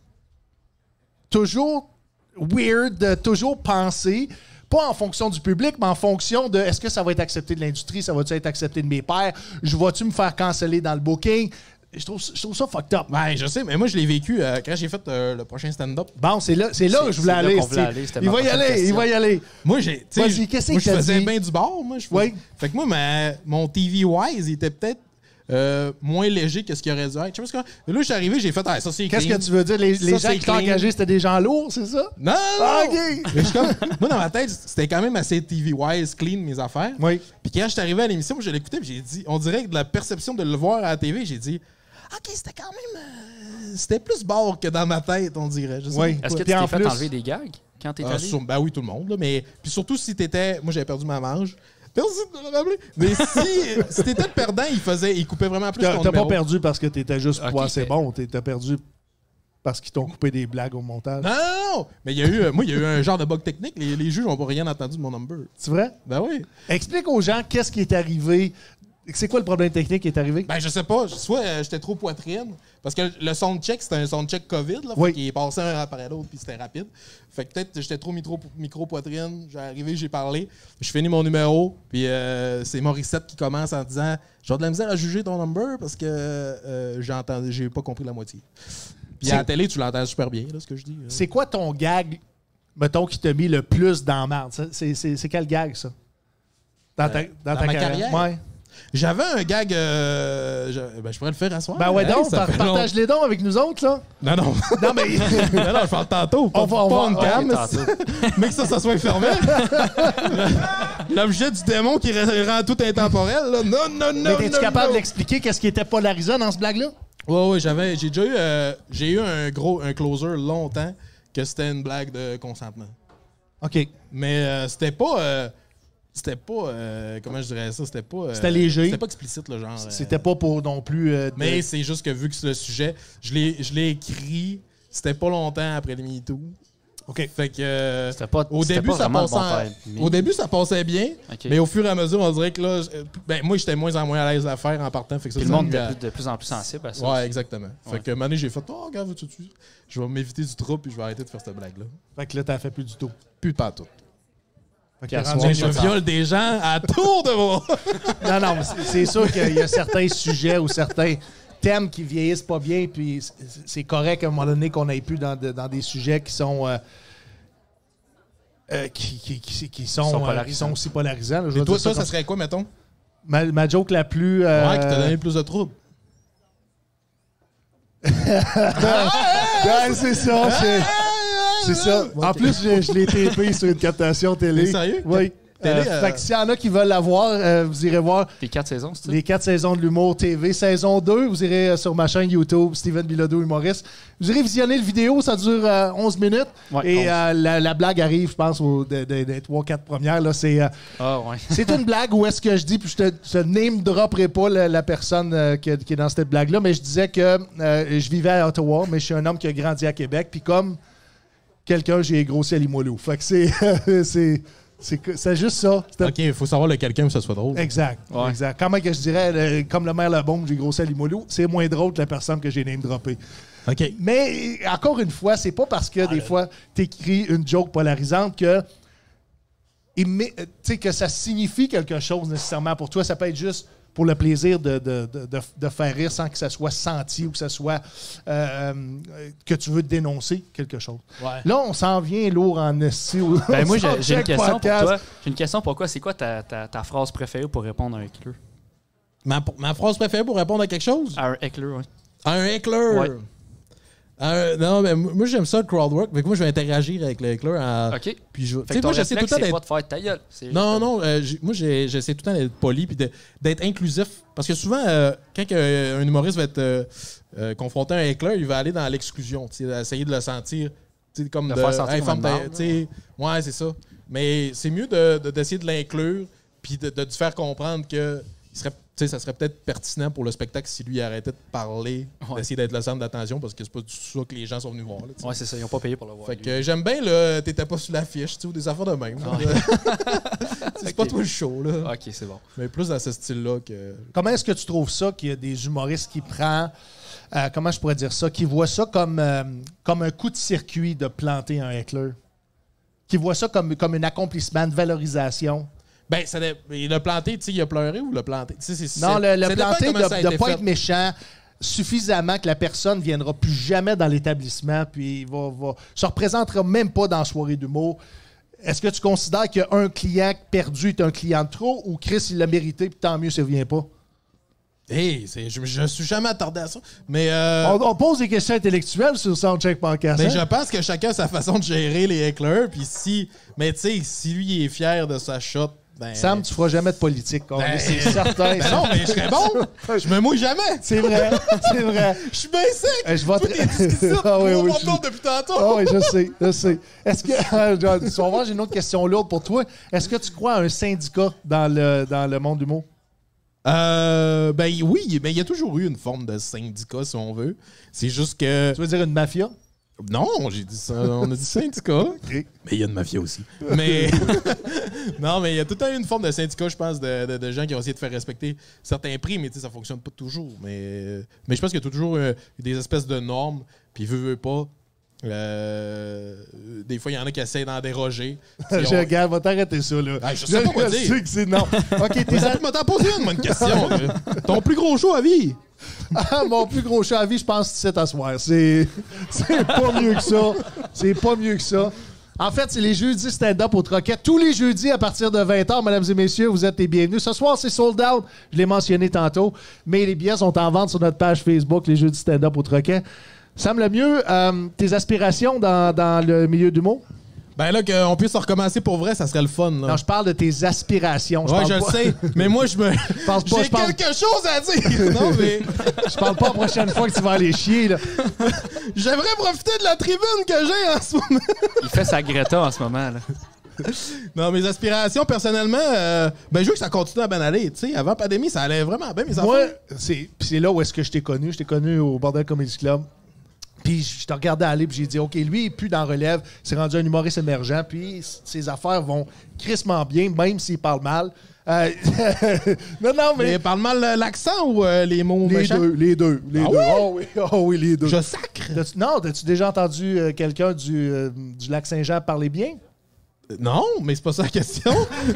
Speaker 2: toujours weird de toujours penser, pas en fonction du public, mais en fonction de est-ce que ça va être accepté de l'industrie, ça va-tu être accepté de mes pairs, je vais-tu me faire canceller dans le booking? Je trouve, je trouve ça fucked up.
Speaker 6: Ouais, je sais, mais moi, je l'ai vécu euh, quand j'ai fait euh, le prochain stand-up.
Speaker 2: Bon, c'est là, c'est là
Speaker 5: C'est-
Speaker 2: que je voulais
Speaker 5: c'est là
Speaker 2: aller.
Speaker 5: qu'on voulait
Speaker 2: Steve.
Speaker 5: aller, c'était
Speaker 2: Il
Speaker 5: ma
Speaker 2: va y
Speaker 5: prochaine
Speaker 2: aller, il
Speaker 5: question.
Speaker 2: va y aller.
Speaker 6: Moi, j'ai. tu sais,
Speaker 2: Vas-y,
Speaker 6: je-
Speaker 2: qu'est-ce
Speaker 6: moi,
Speaker 2: que
Speaker 6: je
Speaker 2: t'as
Speaker 6: faisais
Speaker 2: dit?
Speaker 6: bien du bord. Moi, je faisais-
Speaker 2: Oui.
Speaker 6: Fait que moi, ma- mon T V Wise, il était peut-être euh, moins léger que ce qu'il aurait dû être. Je sais pas ce que- Là, je suis arrivé, j'ai fait, ah, ça, c'est
Speaker 2: Qu'est-ce
Speaker 6: clean.
Speaker 2: que tu veux dire? Les, les
Speaker 6: Ça,
Speaker 2: gens
Speaker 6: c'est
Speaker 2: qui t'ont
Speaker 6: clean.
Speaker 2: engagé, c'était des gens lourds, c'est ça?
Speaker 6: Non, non,
Speaker 2: Ah,
Speaker 6: non.
Speaker 2: ok.
Speaker 6: Mais je suis comme- moi, dans ma tête, c'était quand même assez T V Wise, clean, mes affaires.
Speaker 2: Oui.
Speaker 6: Puis quand je suis arrivé à l'émission, moi, je l'écoutais, puis j'ai dit, on dirait que de la perception de le voir à la T V, j'ai dit, OK, c'était quand même. euh, c'était plus bord que dans ma tête, on dirait. Je sais
Speaker 2: Oui.
Speaker 6: pas
Speaker 5: Est-ce que tu
Speaker 2: Puis en
Speaker 5: t'es fait
Speaker 2: plus-
Speaker 5: enlever des gags quand t'es
Speaker 6: Ah,
Speaker 5: allé?
Speaker 6: sur- ben oui, tout le monde. Là, mais puis surtout si t'étais... Moi, j'avais perdu ma manche. Merci de me le rappeler. Mais si, si t'étais le perdant, il faisait, il coupait vraiment plus
Speaker 2: T'as
Speaker 6: ton
Speaker 2: t'as pas
Speaker 6: numéro.
Speaker 2: perdu parce que t'étais juste
Speaker 5: Ok,
Speaker 2: pas assez
Speaker 5: mais-
Speaker 2: bon. T'es- T'as perdu parce qu'ils t'ont coupé des blagues au montage.
Speaker 6: Non, non, non. Mais il y a eu, euh, moi, il y a eu un genre de bug technique. Les, les juges n'ont pas rien entendu de mon number.
Speaker 2: C'est vrai?
Speaker 6: Ben oui.
Speaker 2: Explique aux gens qu'est-ce qui est arrivé. C'est quoi le problème technique qui est arrivé?
Speaker 6: Ben, je sais pas. Soit euh, j'étais trop poitrine. Parce que le soundcheck, c'était un soundcheck COVID. Là,
Speaker 2: Oui.
Speaker 6: Fait qu'il est passé un après l'autre, puis c'était rapide. Fait que peut-être j'étais trop micro- micro-poitrine. J'ai arrivé, j'ai parlé. Je finis mon numéro. Puis euh, c'est Morissette qui commence en disant j'ai de la misère à juger ton number parce que euh, j'ai entendu, j'ai pas compris la moitié. Puis
Speaker 2: C'est-
Speaker 6: à la télé, tu l'entends super bien, là, ce que je dis. là.
Speaker 2: C'est quoi ton gag, mettons, qui t'a mis le plus dans la merde? Ça, C'est c'est- c'est quel gag, ça? Dans ta,
Speaker 6: Euh,
Speaker 2: dans
Speaker 6: dans
Speaker 2: ta
Speaker 6: ma
Speaker 2: carrière?
Speaker 6: carrière?
Speaker 2: Ouais.
Speaker 6: J'avais un gag. euh, je, ben, je pourrais le faire à soir.
Speaker 2: Ben ouais,
Speaker 6: Hey,
Speaker 2: donc,
Speaker 6: ça
Speaker 2: par-
Speaker 6: fait long-
Speaker 2: partage les dons avec nous autres, là.
Speaker 6: Non, non.
Speaker 2: Non, mais.
Speaker 6: non, non, je parle tantôt.
Speaker 2: On va- on
Speaker 6: pas
Speaker 2: va-
Speaker 6: on
Speaker 2: ok,
Speaker 6: cam,
Speaker 5: tantôt.
Speaker 6: mais que ça, ça soit fermé. L'objet du démon qui rend tout intemporel, là. Non, non, non.
Speaker 2: mais t'es-tu
Speaker 6: non,
Speaker 2: capable
Speaker 6: non.
Speaker 2: d'expliquer qu'est-ce qui était polarisant dans ce blague-là?
Speaker 6: Ouais, ouais, j'avais. J'ai déjà eu. euh, j'ai eu un gros. Un closer longtemps que c'était une blague de consentement.
Speaker 2: OK.
Speaker 6: Mais euh, c'était pas. euh, c'était pas. euh, comment je dirais ça? C'était pas. euh,
Speaker 2: C'était léger.
Speaker 6: C'était pas explicite, le genre. euh,
Speaker 2: C'était pas pour non plus. euh, de-
Speaker 6: Mais c'est juste que vu que c'est le sujet, je l'ai, je l'ai écrit. C'était pas longtemps après le MeToo.
Speaker 2: OK.
Speaker 6: Fait que. euh,
Speaker 5: C'était pas,
Speaker 6: Au
Speaker 5: c'était
Speaker 6: début,
Speaker 5: pas
Speaker 6: ça
Speaker 5: vraiment le
Speaker 6: passait
Speaker 5: bon
Speaker 6: en-
Speaker 5: timing.
Speaker 6: Au début, ça passait bien,
Speaker 5: Ok.
Speaker 6: mais au fur et à mesure, on dirait que là, je- ben, moi, j'étais de moins en moins à l'aise à faire en partant. Fait que ça,
Speaker 5: Puis le
Speaker 6: ça
Speaker 5: monde
Speaker 6: me-
Speaker 5: était plus- de plus en plus sensible à ça.
Speaker 6: Ouais, exactement. Fait
Speaker 5: Ouais.
Speaker 6: que, un moment donné, j'ai fait, oh, regarde, tu tu je vais m'éviter du trouble puis je vais arrêter de faire cette blague-là.
Speaker 2: Fait que là, t'as fait plus du tout.
Speaker 6: Plus de partout.
Speaker 2: Fait que
Speaker 5: Puis à
Speaker 2: rendu-
Speaker 5: soir,
Speaker 6: Je viole des gens à tour de bras.
Speaker 2: Non, non, mais c'est- c'est sûr qu'il y a certains sujets ou certains thèmes qui vieillissent pas bien, puis c'est- c'est correct à un moment donné qu'on aille plus dans, de- dans des sujets qui sont. euh, euh, qui, qui, qui, qui sont,
Speaker 5: Sont
Speaker 2: euh,
Speaker 5: polarisants.
Speaker 2: qui sont aussi polarisants. là. Je
Speaker 6: Et
Speaker 2: vais
Speaker 6: toi,
Speaker 2: dire
Speaker 6: ça,
Speaker 2: comme
Speaker 6: ça serait quoi, mettons?
Speaker 2: Ma, ma joke la plus. euh,
Speaker 6: Ouais, qui t'a donné plus de troubles.
Speaker 2: ouais, c'est ça. c'est- C'est ça. En plus, je, je l'ai tapé sur une captation télé.
Speaker 6: T'es sérieux?
Speaker 2: Oui.
Speaker 6: Télé,
Speaker 2: Euh,
Speaker 6: euh,
Speaker 2: Fait que s'il y en a qui veulent la voir, euh, vous irez voir
Speaker 5: Tes quatre saisons, c'est ça?
Speaker 2: les quatre saisons de l'humour T V. Saison deux, vous irez euh, sur ma chaîne YouTube, Steven Bilodeau humoriste. Vous irez visionner le vidéo, ça dure euh, onze minutes.
Speaker 5: Ouais,
Speaker 2: et
Speaker 5: onze.
Speaker 2: euh, la, la blague arrive, je pense, aux de- de- des trois quatre premières. Là, c'est, euh,
Speaker 5: Ah, ouais.
Speaker 2: c'est une blague où est-ce que je dis, puis je te, je te name dropperai pas la, la personne euh, qui, qui est dans cette blague-là, mais je disais que euh, je vivais à Ottawa, mais je suis un homme qui a grandi à Québec. Puis comme quelqu'un, j'ai grossi à Limoilou. Fait que c'est, c'est, c'est, que- c'est juste ça. C'était-
Speaker 6: Ok, il faut savoir le quelqu'un pour que ça soit drôle.
Speaker 2: Exact.
Speaker 5: Ouais.
Speaker 2: exact. Comment que je dirais, le- comme le maire Lebon, j'ai grossi à Limoilou, c'est moins drôle que la personne que j'ai name droppée.
Speaker 6: Ok.
Speaker 2: Mais encore une fois, c'est pas parce
Speaker 6: Ah,
Speaker 2: que des fois t'écris une joke polarisante que il met- tu sais, que ça signifie quelque chose nécessairement pour toi. Ça peut être juste pour le plaisir de, de, de, de- de faire rire sans que ça soit senti ou que ça soit euh, euh, que tu veux dénoncer quelque chose.
Speaker 6: Ouais.
Speaker 2: Là, on s'en vient lourd en esti. au-
Speaker 5: Ben, moi,
Speaker 2: au
Speaker 5: j'ai, j'ai une
Speaker 2: Soundcheck
Speaker 5: question pour
Speaker 2: Podcast.
Speaker 5: toi. J'ai une question pour quoi? C'est quoi ta, ta, ta phrase préférée pour répondre à un heckler?
Speaker 6: Ma, ma phrase préférée pour répondre à quelque chose?
Speaker 5: À un heckler, oui.
Speaker 6: Un heckler.
Speaker 5: Ouais.
Speaker 6: Un- non, mais moi, j'aime ça, le crowdwork. Fait que moi, je vais interagir avec le heckler. en-
Speaker 5: OK.
Speaker 6: Puis je, tu
Speaker 5: Fait
Speaker 6: sais,
Speaker 5: que ton
Speaker 6: moi, j'essaie tout le
Speaker 5: réflexe,
Speaker 6: temps
Speaker 5: c'est
Speaker 6: d'être.
Speaker 5: pas de faire ta gueule. C'est
Speaker 6: Non,
Speaker 5: juste-
Speaker 6: non, euh, j'ai- moi, j'ai- j'essaie tout le temps d'être poli puis de- d'être inclusif. Parce que souvent, euh, quand que, euh, un humoriste va être euh, euh, confronté à un heckler, il va aller dans l'exclusion. tu sais, Essayer de le sentir. tu sais, Comme
Speaker 5: Le
Speaker 6: de.
Speaker 5: faire sentir
Speaker 6: Hey,
Speaker 5: comme
Speaker 6: ferme
Speaker 5: une
Speaker 6: ta-
Speaker 5: marde,
Speaker 6: tu sais, ouais, c'est ça. Mais c'est mieux de- de- d'essayer de, l'inclure puis de, de te faire comprendre que il serait, tu sais, ça serait peut-être pertinent pour le spectacle si lui arrêtait de parler,
Speaker 5: Ouais.
Speaker 6: d'essayer d'être le centre d'attention parce que c'est pas du tout ça que les gens sont venus voir. là, tu sais.
Speaker 5: Ouais, c'est ça. Ils n'ont pas payé pour le voir.
Speaker 6: Fait
Speaker 5: lui.
Speaker 6: que euh, j'aime bien le t'étais pas sur l'affiche, tu sais, ou des affaires de même. c'est pas
Speaker 5: Ok.
Speaker 6: toi le show, là.
Speaker 5: OK, c'est bon.
Speaker 6: Mais plus dans ce style-là que.
Speaker 2: Comment est-ce que tu trouves ça qu'il y a des humoristes qui prennent, euh, comment je pourrais dire ça, qui voient ça comme, euh, comme un coup de circuit de planter un heckler? Qui voient ça comme, comme un accomplissement de valorisation?
Speaker 6: Ben, ça dé- il a planté, tu sais, il a pleuré ou l'a planté? Tu sais, c'est-
Speaker 2: Non,
Speaker 6: c'est-
Speaker 2: le, le
Speaker 6: ça dépend
Speaker 2: planter
Speaker 6: comment ça a
Speaker 2: de ne
Speaker 6: été
Speaker 2: pas
Speaker 6: fait.
Speaker 2: être méchant suffisamment que la personne ne viendra plus jamais dans l'établissement puis va, va, se représentera même pas dans la soirée d'humour. Est-ce que tu considères qu'un client perdu est un client de trop ou Chris, il l'a mérité puis tant mieux s'il ne revient pas?
Speaker 6: Hey, c'est- je, je suis jamais attardé à ça. Mais, euh,
Speaker 2: On, on pose des questions intellectuelles sur Soundcheck Podcast.
Speaker 6: mais
Speaker 2: hein?
Speaker 6: je pense que chacun a sa façon de gérer les hecklers. Puis si. Mais tu sais, si lui il est fier de sa shot, Ben,
Speaker 2: Sam, tu feras jamais de politique. On
Speaker 6: Ben,
Speaker 2: est- c'est certain.
Speaker 6: Ben non, mais je serais bon. Je me mouille jamais.
Speaker 2: C'est vrai, c'est vrai.
Speaker 6: Je suis bien sec.
Speaker 2: Euh, Je vais
Speaker 6: Toi, t'es discuté
Speaker 2: Ah oui, oui,
Speaker 6: mon
Speaker 2: je-
Speaker 6: tour depuis tantôt.
Speaker 2: Ah oui, je sais, je sais. Est-ce que. John, tu vas voir, j'ai une autre question lourde pour toi. Est-ce que tu crois à un syndicat dans le, dans le monde du mot?
Speaker 6: Euh, ben oui, mais il y a toujours eu une forme de syndicat, si on veut. C'est juste que...
Speaker 2: Tu veux dire une mafia?
Speaker 6: Non, j'ai dit ça. On a dit syndicat. Mais il y a une mafia aussi. Mais... non, mais il y a tout le temps eu une forme de syndicat, je pense, de, de, de gens qui ont essayé de faire respecter certains prix, mais tu sais, ça fonctionne pas toujours. Mais, mais je pense qu'il y a toujours euh, des espèces de normes, puis veut, veut pas. Euh, des fois, il y en a qui essayent d'en déroger.
Speaker 2: Je regarde, va t'arrêter ça, là.
Speaker 6: Ah, je sais pas quoi dire.
Speaker 2: sais que c'est non. OK, t'es
Speaker 6: Ça m'a posé une bonne question. là. Ton plus gros show à vie?
Speaker 2: Ah, mon plus gros chat à vie, je pense que c'est à soir. C'est c'est pas mieux que ça. C'est pas mieux que ça. En fait, c'est les jeudis stand-up au Troquet. Tous les jeudis à partir de vingt heures, mesdames et messieurs, vous êtes les bienvenus. Ce soir, c'est sold out. Je l'ai mentionné tantôt. Mais les billets sont en vente sur notre page Facebook, les jeudis stand-up au Troquet. Sam Lemieux, euh, tes aspirations dans, dans le milieu du mot?
Speaker 6: Ben là, qu'on puisse recommencer pour vrai, ça serait le fun. Là.
Speaker 2: Non, je parle de tes aspirations.
Speaker 6: ouais,
Speaker 2: parle
Speaker 6: je le
Speaker 2: pas-
Speaker 6: sais. Mais moi, je me.
Speaker 2: pense pas,
Speaker 6: J'ai
Speaker 2: je parle-
Speaker 6: quelque chose à dire. Non, mais.
Speaker 2: Je parle pas la prochaine fois que tu vas aller chier, là.
Speaker 6: J'aimerais profiter de la tribune que j'ai en ce moment.
Speaker 5: Il fait sa Greta en ce moment. Là.
Speaker 6: Non, mes aspirations, personnellement, euh, ben, je veux que ça continue à bien aller. Tu sais, avant pandémie, ça allait vraiment bien, mes enfants.
Speaker 2: Moi, c'est puis c'est là où est-ce que je t'ai connu. Je t'ai connu au Bordel Comedy Club. Puis je te regardais aller, puis j'ai dit, OK, lui, il est plus dans relève. C'est rendu un humoriste émergent, puis ses affaires vont crissement bien, même s'il parle mal. Euh, non, non, mais...
Speaker 6: Mais parle mal euh, l'accent ou euh, les mots
Speaker 2: les
Speaker 6: méchants?
Speaker 2: deux, les deux, les
Speaker 6: Ah
Speaker 2: deux.
Speaker 6: ouais?
Speaker 2: Oh oui, oh oui, les deux.
Speaker 6: Je sacre.
Speaker 2: T'as-tu- non, as-tu déjà entendu euh, quelqu'un du, euh, du Lac-Saint-Jean parler bien?
Speaker 6: Non, mais c'est pas ça la question.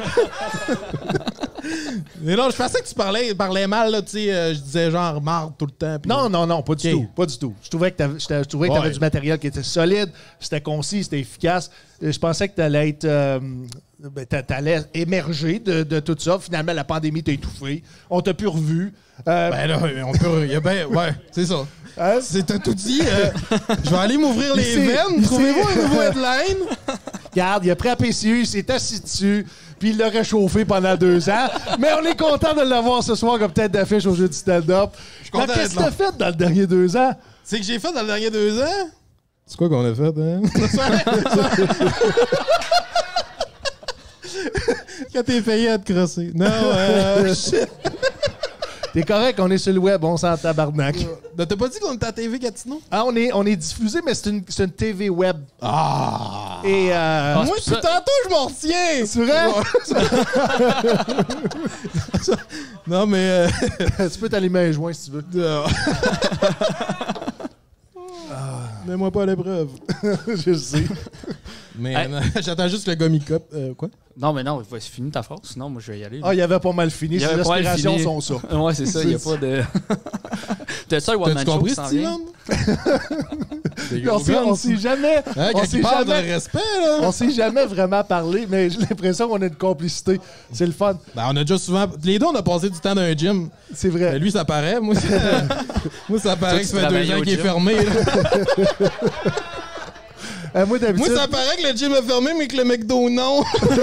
Speaker 6: Mais non, je pensais que tu parlais, parlais mal, là, tu sais, euh, je disais genre marde tout le temps. puis-
Speaker 2: Non, non, non, pas du
Speaker 6: Ok.
Speaker 2: tout. Pas du tout. Je trouvais que t'avais, je je trouvais que t'avais
Speaker 6: Ouais.
Speaker 2: du matériel qui était solide, c'était concis, c'était efficace. Euh, Je pensais que t'allais être. euh, ben, t'a- t'allais émerger de, de tout ça. Finalement, la pandémie t'a étouffé. On t'a plus revu. Euh,
Speaker 6: Ben là, on peut. il y a ben, ouais, c'est ça.
Speaker 2: hein?
Speaker 6: C'est t'as tout dit. euh, je vais aller m'ouvrir
Speaker 2: Il
Speaker 6: les
Speaker 2: s'est-
Speaker 6: veines.
Speaker 2: il
Speaker 6: Trouvez-vous
Speaker 2: s'est-
Speaker 6: un nouveau headline?
Speaker 2: Regarde, il a pris à P C U, il s'est assis dessus, puis il l'a réchauffé pendant deux ans. Mais on est content de l'avoir ce soir comme tête d'affiche au jeu du stand-up.
Speaker 6: suis content
Speaker 2: Qu'est-ce que
Speaker 6: d'être
Speaker 2: t'as
Speaker 6: là.
Speaker 2: fait dans le dernier deux ans?
Speaker 6: C'est que j'ai fait dans les derniers deux ans? C'est quoi qu'on a fait, hein? Quand t'es payé à te crosser. Non, euh. shit.
Speaker 2: T'es correct, on est sur le web, on s'en tabarnak.
Speaker 6: T'as pas dit qu'on était à T V Gatineau?
Speaker 2: Ah, on est, on est diffusé, mais c'est une, c'est une T V web.
Speaker 6: Ah!
Speaker 2: Et euh,
Speaker 5: Ah,
Speaker 6: Moi,
Speaker 5: c'est
Speaker 6: depuis
Speaker 5: pour ça-
Speaker 6: tantôt, je m'en retiens!
Speaker 2: c'est vrai?
Speaker 6: Non, mais. Euh...
Speaker 2: Tu peux t'allumer un joint si tu veux.
Speaker 6: Mets-moi pas à l'épreuve.
Speaker 2: Je sais.
Speaker 6: Mais
Speaker 5: Hey.
Speaker 6: non, j'attends juste le gummy cup. Euh, quoi?
Speaker 5: Non, mais non, c'est fini ta phrase. Sinon, moi, je vais y aller.
Speaker 2: Ah, il y avait pas mal fini.
Speaker 5: Il y
Speaker 2: Ses
Speaker 5: avait pas mal
Speaker 2: aspirations
Speaker 5: fini.
Speaker 2: sont ça.
Speaker 5: Ouais, c'est ça. Il n'y a pas de. T'as ça, un one-man
Speaker 6: T'as-tu
Speaker 5: show
Speaker 6: compris,
Speaker 5: qui s'en vient?
Speaker 6: Steven?
Speaker 2: On s'est, on s'est jamais,
Speaker 6: Hein,
Speaker 2: on
Speaker 6: quand
Speaker 2: s'est
Speaker 6: il parle
Speaker 2: jamais,
Speaker 6: de respect, là.
Speaker 2: on s'est jamais vraiment parlé, mais j'ai l'impression qu'on a une complicité. C'est le fun.
Speaker 6: Ben, on a déjà souvent. Les deux, on a passé du temps dans un gym.
Speaker 2: C'est
Speaker 6: Ben,
Speaker 2: vrai.
Speaker 6: lui, ça paraît. Moi, ça, moi, ça paraît
Speaker 5: Toi,
Speaker 6: que
Speaker 5: tu
Speaker 6: ça fait deux
Speaker 5: travaillais
Speaker 6: ans
Speaker 5: au
Speaker 6: qu'il est
Speaker 5: gym.
Speaker 6: fermé. là.
Speaker 2: Euh, moi, d'habitude,
Speaker 6: Moi, ça paraît que le gym est fermé, mais que le McDo, non.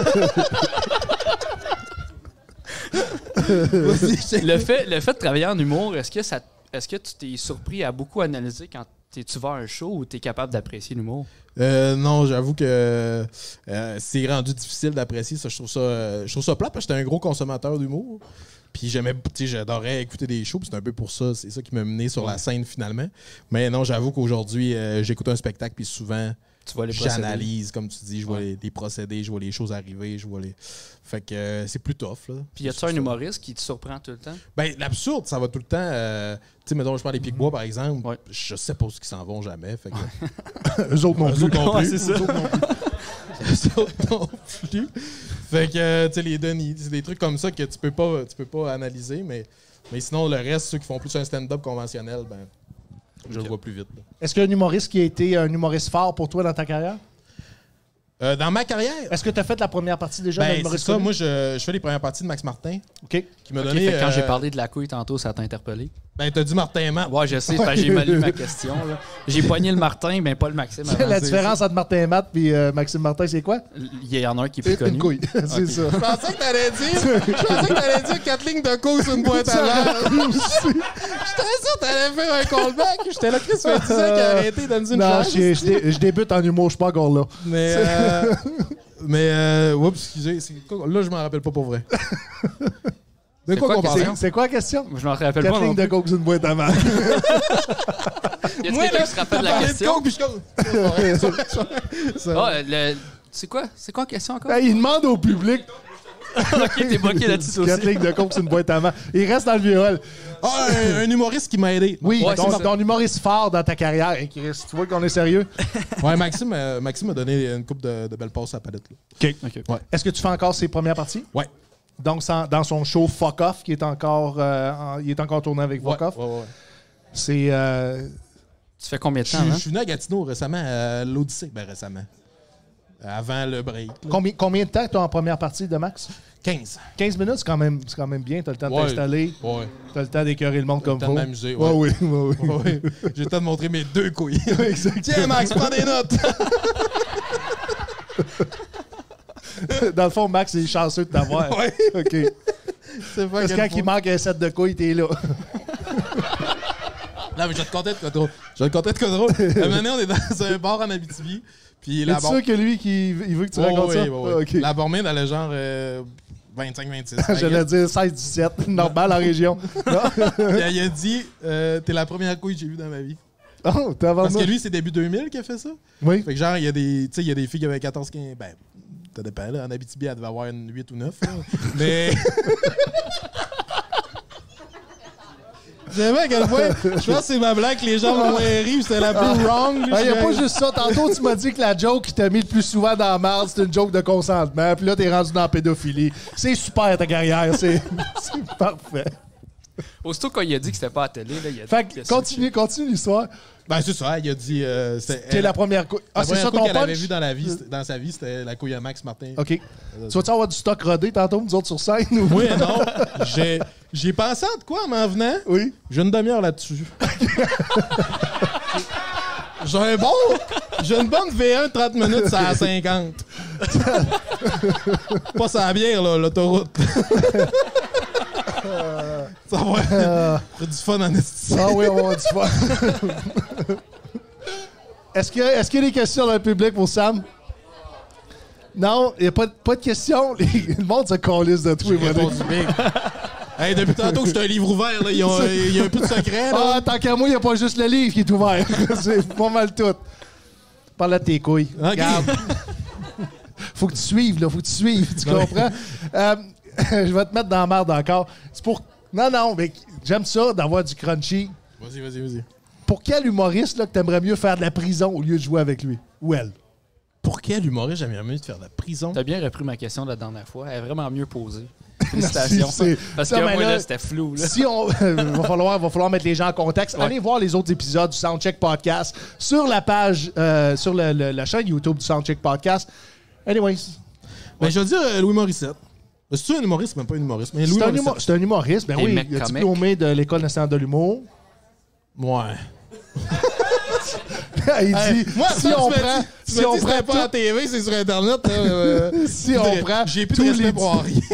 Speaker 6: Vas-y, j'ai-
Speaker 5: Le fait, le fait de travailler en humour, est-ce que ça, est-ce que tu t'es surpris à beaucoup analyser quand t'es- tu vas à un show ou t'es capable d'apprécier l'humour?
Speaker 6: Euh, non, j'avoue que euh, c'est rendu difficile d'apprécier ça. Je trouve ça, euh, je trouve ça plate parce que j'étais un gros consommateur d'humour. Puis j'aimais, tu sais, j'adorais écouter des shows. puis C'est un peu pour ça, c'est ça qui m'a mené sur la scène finalement. Mais non, j'avoue qu'aujourd'hui, euh, j'écoute un spectacle puis souvent
Speaker 5: Tu vois les procédés.
Speaker 6: j'analyse, comme tu dis, je vois
Speaker 5: Ouais.
Speaker 6: les, les procédés, je vois les choses arriver, je vois les. Fait que euh, c'est plus tough là.
Speaker 5: Puis y a-tu un humoriste qui te surprend tout le temps?
Speaker 6: Ben, l'absurde, ça va tout le temps. euh, tu sais, mettons, je parle des Pic-Bois, par exemple.
Speaker 5: Ouais.
Speaker 6: Je sais pas ce qu'ils s'en vont jamais. Fait que,
Speaker 2: eux autres non
Speaker 6: Eux
Speaker 2: plus.
Speaker 6: autres non
Speaker 5: Ouais,
Speaker 6: plus.
Speaker 5: c'est ça.
Speaker 6: Eux autres non plus. Eux autres non plus. Fait que, euh, tu sais, les Denis, c'est des trucs comme ça que tu peux pas, tu peux pas analyser. Mais, mais sinon, le reste, ceux qui font plus un stand-up conventionnel, ben, je le vois plus vite. là.
Speaker 2: Est-ce qu'il y a un humoriste qui a été un humoriste fort pour toi dans ta carrière?
Speaker 6: Euh, dans ma carrière,
Speaker 2: Est-ce que tu as fait la première partie déjà de
Speaker 6: ben, c'est
Speaker 2: l'humoriste
Speaker 6: ça.
Speaker 2: connu?
Speaker 6: Moi, je, je fais les premières parties de Max Martin,
Speaker 2: OK.
Speaker 6: qui m'a
Speaker 5: Ok,
Speaker 6: donné...
Speaker 5: fait que quand
Speaker 6: euh,
Speaker 5: j'ai parlé de la couille tantôt, ça t'a interpellé.
Speaker 6: Ben, t'as dit Martin Matt.
Speaker 5: Ouais, je sais, parce que j'ai mal lu ma question. là. J'ai poigné le Martin, mais pas le Maxime. avant.
Speaker 2: La
Speaker 5: C'est-
Speaker 2: différence entre Martin et Matt et euh, Maxime Martin, c'est quoi?
Speaker 5: Il y en a un qui est plus connu.
Speaker 2: Une couille. c'est
Speaker 5: Ok.
Speaker 2: ça.
Speaker 6: Je pensais que t'allais dire... Je pensais que t'allais dire quatre lignes de coke sur une boîte à l'air. J'étais sûr que t'allais faire un callback. J'étais là, Chris, ça fait dix ans qu'il a arrêté de me dire une
Speaker 2: Non,
Speaker 6: chose.
Speaker 2: je, je dé- je débute en humour, je suis pas encore là.
Speaker 6: Mais... Euh, mais... Euh, oups, excusez. c'est quoi- Là, je m'en rappelle pas pour vrai. De
Speaker 5: C'est
Speaker 6: quoi
Speaker 5: quoi
Speaker 6: qu'on
Speaker 5: que
Speaker 6: parle?
Speaker 2: C'est c'est quoi la question?
Speaker 5: Je m'en rappelle pas.
Speaker 2: Quatre lignes
Speaker 5: Non
Speaker 2: de
Speaker 5: plus.
Speaker 2: coke sur une boîte à mal.
Speaker 5: Y a quelqu'un qui se rappelle de la question?
Speaker 6: Coke, puis je comme...
Speaker 5: Ah, le- C'est quoi? C'est quoi la question encore?
Speaker 2: Il demande au public
Speaker 5: Ok, t'es bloqué là-dessus aussi.
Speaker 2: quatre lignes de coke sur une boîte à mal. Il reste dans le viol.
Speaker 6: Ah, un, un humoriste qui m'a aidé.
Speaker 2: Oui,
Speaker 5: Ouais,
Speaker 2: ton,
Speaker 5: c'est ça.
Speaker 2: ton humoriste fort dans ta carrière. Hey, Chris, tu vois qu'on est sérieux?
Speaker 6: Ouais, Maxime, euh, Maxime m'a donné une coupe de, de belles passes à la palette. Là.
Speaker 2: OK.
Speaker 5: Ok.
Speaker 6: Ouais.
Speaker 2: Est-ce que tu fais encore ses premières parties?
Speaker 6: Ouais.
Speaker 2: Donc, sans- dans son show Fuck Off, qui est encore, euh, en- il est encore tourné avec Fuck
Speaker 6: Ouais,
Speaker 2: Off,
Speaker 6: ouais, ouais.
Speaker 2: c'est... euh,
Speaker 5: Tu fais combien de
Speaker 6: Je
Speaker 5: temps,
Speaker 6: suis-
Speaker 5: hein?
Speaker 6: je suis venu à Gatineau récemment, à l'Odyssée. Ben, récemment. Avant le break. là.
Speaker 2: combien, combien de temps tu as en première partie de Max?
Speaker 6: quinze.
Speaker 2: quinze minutes, c'est quand même, c'est quand même bien. Tu as le temps de
Speaker 6: Ouais.
Speaker 2: t'installer,
Speaker 6: Ouais.
Speaker 2: tu as le temps d'écœurer le monde comme
Speaker 6: le temps
Speaker 2: faut.
Speaker 6: de m'amuser,
Speaker 2: Ouais,
Speaker 6: ouais.
Speaker 2: oui, ouais, oui.
Speaker 6: Ouais. J'ai le temps de montrer mes deux couilles.
Speaker 2: Exactement.
Speaker 6: Tiens, Max, prends des notes.
Speaker 2: Dans le fond, Max est chanceux de t'avoir.
Speaker 6: Ouais.
Speaker 2: OK.
Speaker 6: C'est pas
Speaker 2: Parce que
Speaker 6: quel
Speaker 2: quand il
Speaker 6: point.
Speaker 2: manque un set de couilles, t'es là.
Speaker 6: Non, mais je vais te conter de quoi drôle. Je vais te conter de quoi drôle. Un moment donné, on est dans un bar en Abitibi. Puis la
Speaker 2: Es-tu sûr que lui, qui, il veut que tu racontes
Speaker 6: oui,
Speaker 2: ça?
Speaker 6: oui, oui.
Speaker 2: Ah, OK.
Speaker 6: La bormée dans le genre euh, vingt-cinq vingt-six.
Speaker 2: J'allais dire seize dix-sept, normal en région. Non?
Speaker 6: Puis elle a dit euh, t'es la première couille que j'ai vue dans ma vie.
Speaker 2: Oh, t'as
Speaker 6: Parce que
Speaker 2: vendu.
Speaker 6: lui, c'est début deux mille qu'il a fait ça.
Speaker 2: Oui.
Speaker 6: Fait que genre, il y a des, tu sais, il y a des filles qui avaient quatorze quinze. Ben, ça dépend, là. En Abitibi, elle devait avoir une huit ou neuf. là. Mais. J'aime à quel point. Je pense que c'est ma blague que les gens vont rire. C'est la plus wrong.
Speaker 2: Il n'y a pas juste ça. Tantôt, tu m'as dit que la joke qui t'a mis le plus souvent dans la marde, c'est une joke de consentement. Puis là, t'es rendu dans la pédophilie. C'est super, ta carrière. C'est c'est parfait.
Speaker 5: Aussitôt quand il a dit que c'était pas à la télé, là, il a
Speaker 2: Fait
Speaker 5: dit
Speaker 2: que, continue, continue l'histoire.
Speaker 6: Ben, c'est ça. Il a dit. Euh, c'est
Speaker 2: T'es
Speaker 6: elle-
Speaker 2: la première couille. Ah,
Speaker 6: la
Speaker 2: c'est
Speaker 6: première
Speaker 2: ça
Speaker 6: couille
Speaker 2: ton
Speaker 6: qu'elle avait
Speaker 2: punch?
Speaker 6: vue dans, la vie, c'était- dans sa vie, c'était la couille à Max Martin.
Speaker 2: OK. Tu vas-tu avoir du stock rodé tantôt, nous autres sur scène? Ou...
Speaker 6: Oui, non. J'ai, j'ai pensé à de quoi en m'en venant?
Speaker 2: Oui.
Speaker 6: J'ai une demi-heure là-dessus. J'ai un bon. J'ai une bonne V un de trente minutes, ça à cinquante. Pas ça bière, là, l'autoroute. Ça va
Speaker 2: Euh,
Speaker 6: faire du fun en esti.
Speaker 2: Ah oui, on va avoir du fun. Est-ce que- est-ce qu'il y a des questions dans le public pour Sam? Non, il n'y a pas, de- pas de questions. Les- Le monde se calisse de tout.
Speaker 6: J'ai répondu bien. Hey, depuis tantôt que je suis un livre ouvert, là, il y a, il y a un peu de secret. Là.
Speaker 2: Ah, tant qu'à moi, il n'y a pas juste le livre qui est ouvert. C'est pas mal tout. Parle de tes couilles.
Speaker 6: Ok.
Speaker 2: Regarde. Faut que tu suives, là. Faut que tu suives. Tu comprends? Euh, je vais te mettre dans la merde encore. C'est pour. Non, non, mais j'aime ça d'avoir du crunchy.
Speaker 6: Vas-y, vas-y, vas-y.
Speaker 2: Pour quel humoriste là, que t'aimerais mieux faire de la prison au lieu de jouer avec lui? Ou elle?
Speaker 6: Pour quel humoriste j'aimerais mieux de faire de la prison?
Speaker 5: T'as bien repris ma question de la dernière fois. Elle est vraiment mieux posée. Félicitations.
Speaker 2: C'est-
Speaker 5: Parce
Speaker 2: ça,
Speaker 5: que
Speaker 2: mais
Speaker 5: moi,
Speaker 2: là,
Speaker 5: là, c'était flou. Là.
Speaker 2: Si on. va, falloir, va falloir mettre les gens en contexte. Allez voir les autres épisodes du Soundcheck Podcast sur la page, euh, sur le- le- la chaîne YouTube du Soundcheck Podcast. Anyways.
Speaker 6: Ben, je vais dire euh, Louis Morissette. C'est-tu un humoriste? Même pas un humoriste. Mais Louis
Speaker 2: C'est un,
Speaker 6: Morissette.
Speaker 2: humo- c'est un humoriste. Ben
Speaker 5: Et
Speaker 2: oui,
Speaker 5: mec
Speaker 2: il est
Speaker 5: comique.
Speaker 2: diplômé de l'École nationale de l'humour.
Speaker 6: Ouais.
Speaker 2: Il
Speaker 6: Hey,
Speaker 2: dit
Speaker 6: moi,
Speaker 2: si
Speaker 6: ça,
Speaker 2: on
Speaker 6: tu m'as
Speaker 2: prend,
Speaker 6: dit- tu
Speaker 2: si
Speaker 6: m'as
Speaker 2: on
Speaker 6: dit que c'était
Speaker 2: prend
Speaker 6: pas à la
Speaker 2: tout-
Speaker 6: T V, c'est sur Internet. là, euh,
Speaker 2: si on prend
Speaker 6: J'ai plus
Speaker 2: tous
Speaker 6: de respect
Speaker 2: les-
Speaker 6: pour rien.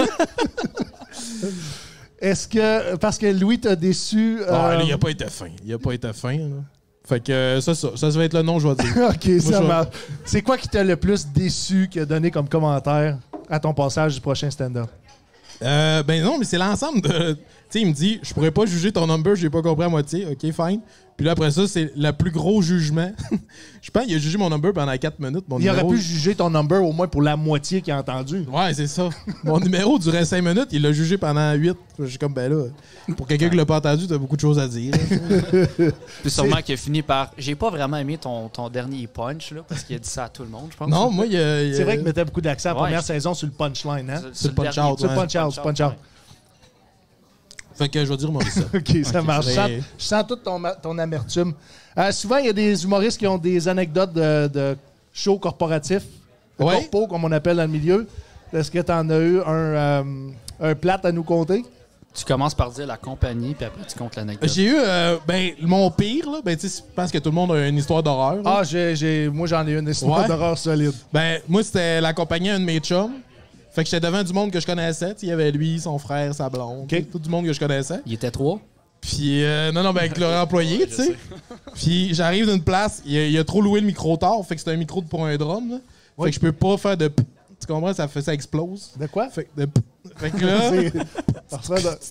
Speaker 2: Est-ce que parce que Louis t'a déçu
Speaker 6: Ah,
Speaker 2: euh,
Speaker 6: là, il a pas été fin. Il a pas été fin. Là. Fait que euh, ça, ça, ça, ça va être le nom, je vais dire.
Speaker 2: OK, ça
Speaker 6: je-
Speaker 2: marche. C'est quoi qui t'a le plus déçu qui a donné comme commentaire à ton passage du prochain stand-up?
Speaker 6: Euh, ben non, mais c'est l'ensemble de. Tu sais, il me dit, je pourrais pas juger ton number, j'ai pas compris à moitié. OK, fine. Puis là, après ça, c'est le plus gros jugement. Je pense qu'il a jugé mon number pendant quatre minutes. Mon
Speaker 2: Il aurait
Speaker 6: numéro-
Speaker 2: pu juger ton number au moins pour la moitié qu'il a entendu.
Speaker 6: Ouais, c'est ça. Mon numéro durait cinq minutes, il l'a jugé pendant huit. Je suis comme, ben là, pour quelqu'un qui l'a pas entendu, t'as beaucoup de choses à dire.
Speaker 5: Puis sûrement qu'il a fini par. J'ai pas vraiment aimé ton, ton dernier punch, là, parce qu'il a dit ça à tout le monde, je pense.
Speaker 6: Non, moi, il y a. il y a-
Speaker 2: C'est vrai qu'il mettait beaucoup d'accent la
Speaker 5: Ouais,
Speaker 2: première
Speaker 5: je-
Speaker 2: saison sur le punchline, hein?
Speaker 5: Sur
Speaker 6: le punch
Speaker 5: dernier
Speaker 6: out,
Speaker 2: Sur le
Speaker 6: ouais.
Speaker 2: punch out, sur le punch out.
Speaker 6: Fait que je vais dire Maurice.
Speaker 2: OK, ça
Speaker 6: Ok,
Speaker 2: marche. Je
Speaker 6: je
Speaker 2: sens,
Speaker 6: vais-
Speaker 2: je sens toute ton, ma- ton amertume. Euh, souvent, il y a des humoristes qui ont des anecdotes de, de shows corporatifs. Le
Speaker 6: Ouais.
Speaker 2: corpo, comme on appelle dans le milieu. Est-ce que tu en as eu un, euh, un plat à nous compter?
Speaker 5: Tu commences par dire la compagnie, puis après tu comptes l'anecdote.
Speaker 6: J'ai eu, euh, ben, mon pire, là, ben, tu sais, je pense que tout le monde a une histoire d'horreur. là.
Speaker 2: Ah, j'ai, j'ai, moi, j'en ai une histoire
Speaker 6: Ouais.
Speaker 2: d'horreur solide.
Speaker 6: Ben, moi, c'était la compagnie à un de mes chums. Fait que j'étais devant du monde que je connaissais. Tu sais, il y avait lui, son frère, sa blonde.
Speaker 2: OK.
Speaker 6: Tout du monde que je connaissais.
Speaker 5: Il était trois.
Speaker 6: Puis, euh, non, non, ben, avec leur employé, tu sais. Puis, j'arrive d'une place, il a, il a trop loué le micro tard. Fait que c'est un micro pour un drum, là. Fait
Speaker 2: Oui.
Speaker 6: que je peux pas faire de. p- Tu comprends? Ça, fait, ça explose.
Speaker 2: De quoi?
Speaker 6: Fait que, de p- fait que là.
Speaker 2: C'est- ça ressemble à-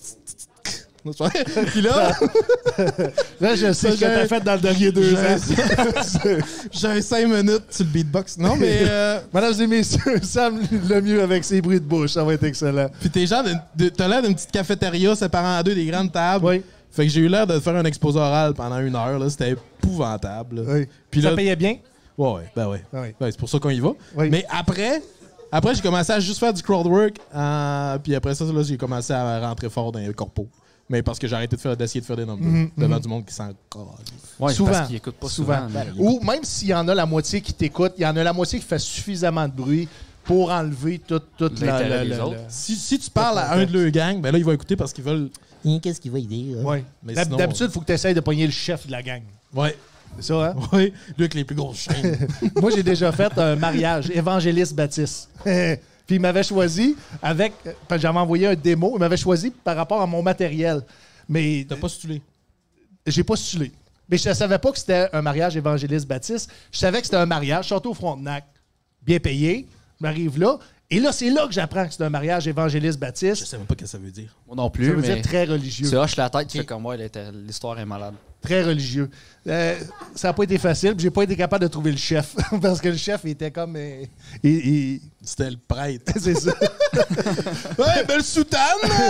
Speaker 6: Puis là,
Speaker 2: Là, je sais ce que
Speaker 6: j'ai-
Speaker 2: t'as fait dans le dernier deux
Speaker 6: j'ai-
Speaker 2: ans.
Speaker 6: j'ai un cinq minutes sur le beatbox. Non, mais. Euh,
Speaker 2: Mesdames et messieurs, Sam le mieux avec ses bruits de bouche. Ça va être excellent.
Speaker 6: Puis t'es genre, de- de- t'as l'air d'une petite cafétéria séparant en deux des grandes tables.
Speaker 2: Oui.
Speaker 6: Fait que j'ai eu l'air de faire un exposé oral pendant une heure. Là. C'était épouvantable. là.
Speaker 2: Oui.
Speaker 6: Puis
Speaker 2: Ça
Speaker 6: là,
Speaker 2: payait bien?
Speaker 6: ouais, ouais, ben ouais.
Speaker 2: Oui.
Speaker 6: Ouais, c'est pour ça qu'on y va.
Speaker 2: Oui.
Speaker 6: Mais après, après j'ai commencé à juste faire du crowdwork. Euh, puis après ça, là, j'ai commencé à rentrer fort dans les corpos. Mais parce que j'ai arrêté de faire, d'essayer de faire des numbers
Speaker 2: Mhm,
Speaker 6: devant
Speaker 2: mhm.
Speaker 6: du monde qui s'en colle.
Speaker 5: Ouais,
Speaker 2: Souvent.
Speaker 5: parce qu'il écoute pas
Speaker 2: Souvent.
Speaker 5: souvent. mais-
Speaker 2: Ou même s'il y en a la moitié qui t'écoute, il y en a la moitié qui fait suffisamment de bruit pour enlever toute, toute la,
Speaker 5: L'intérêt
Speaker 2: la-
Speaker 5: des
Speaker 2: la-
Speaker 5: autres.
Speaker 2: la-
Speaker 6: Si, si tu parles à un de leurs gangs, ben là, ils vont écouter parce qu'ils veulent. Qu'est-ce qu'il va y dire? hein?
Speaker 2: Ouais.
Speaker 6: Mais
Speaker 2: D'hab-
Speaker 6: sinon,
Speaker 2: D'habitude, il faut que tu essayes de pogner le chef de la gang.
Speaker 6: Ouais.
Speaker 2: C'est ça, hein?
Speaker 6: Ouais. Lui avec les plus grosses chaînes.
Speaker 2: Moi, j'ai déjà fait un mariage, évangéliste Baptiste. Puis il m'avait choisi avec. parce que j'avais envoyé un démo, il m'avait choisi par rapport à mon matériel. Mais
Speaker 6: T'as postulé.
Speaker 2: j'ai postulé. Mais je ne savais pas que c'était un mariage évangéliste Baptiste. Je savais que c'était un mariage, Château Frontenac, bien payé. Je m'arrive là. Et là, c'est là que j'apprends que c'est un mariage évangéliste
Speaker 6: Je
Speaker 2: Baptiste.
Speaker 6: sais même pas ce que ça veut dire.
Speaker 5: Moi non
Speaker 2: Ça
Speaker 5: plus,
Speaker 2: veut
Speaker 5: mais
Speaker 2: dire très religieux.
Speaker 5: tu hoches la tête, tu fais comme moi, elle était- l'histoire est malade.
Speaker 2: Très religieux. Euh, ça n'a pas été facile. puis J'ai pas été capable de trouver le chef. Parce que le chef il était comme. euh, il- il-
Speaker 6: C'était le prêtre.
Speaker 2: c'est ça.
Speaker 6: Ouais, belle soutane!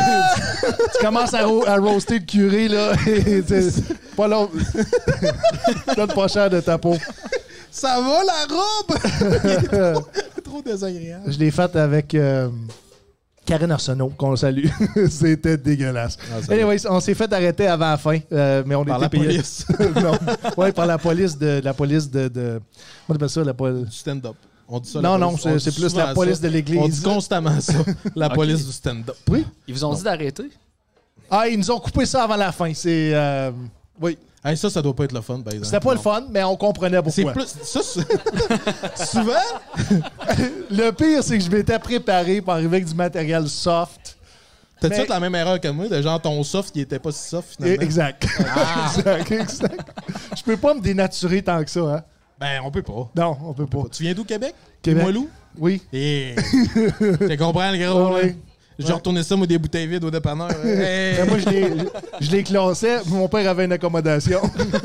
Speaker 2: Tu commences à, ro- à roaster le curé, là. et c'est pas long. Donne pas cher de ta peau.
Speaker 6: Ça va, la robe? Trop désagréable.
Speaker 2: Je l'ai faite avec euh, Karine Arsenault, qu'on salue. C'était dégueulasse.
Speaker 6: Ah, ça
Speaker 2: Anyways, on s'est fait arrêter avant la fin, euh, mais on
Speaker 6: Par
Speaker 2: était
Speaker 6: la
Speaker 2: payés.
Speaker 6: police.
Speaker 2: non. Ouais, par la police de la police de. de... Comment on appelle ça, la police?
Speaker 6: Du stand-up. On dit ça.
Speaker 2: Non,
Speaker 6: la
Speaker 2: non,
Speaker 6: police.
Speaker 2: c'est-
Speaker 6: On dit
Speaker 2: c'est plus
Speaker 6: souvent
Speaker 2: la police
Speaker 6: ça.
Speaker 2: de l'Église.
Speaker 6: On dit constamment ça. La
Speaker 5: Ok.
Speaker 6: police du stand-up.
Speaker 2: Oui.
Speaker 5: Ils vous ont dit d'arrêter?
Speaker 2: Ah, ils nous ont coupé ça avant la fin. C'est. euh, Oui.
Speaker 6: Hey, ça, ça doit pas être le fun, par exemple.
Speaker 2: C'était pas le
Speaker 6: Non.
Speaker 2: fun, mais on comprenait
Speaker 6: C'est
Speaker 2: pourquoi.
Speaker 6: plus. Ça, c'est- souvent,
Speaker 2: Le pire, c'est que je m'étais préparé pour arriver avec du matériel soft.
Speaker 6: t'as-tu
Speaker 2: Mais-
Speaker 6: fait la même erreur que moi, de genre ton soft qui était pas si soft
Speaker 2: Et-
Speaker 6: finalement?
Speaker 2: Exact.
Speaker 6: Ah.
Speaker 2: exact, exact. Je peux pas me dénaturer tant que ça, hein?
Speaker 6: Ben, on peut pas.
Speaker 2: Non, on peut pas.
Speaker 6: Tu viens d'où, Québec?
Speaker 2: Québec.
Speaker 6: Moi, loup?
Speaker 2: Oui.
Speaker 6: Eh. Tu comprends, le gros?
Speaker 2: Ah
Speaker 6: là?
Speaker 2: oui.
Speaker 6: J'ai retourné ça, moi, des bouteilles vides au dépanneur. Hey.
Speaker 2: Mais moi, je les, je les classais. Mon père avait une accommodation.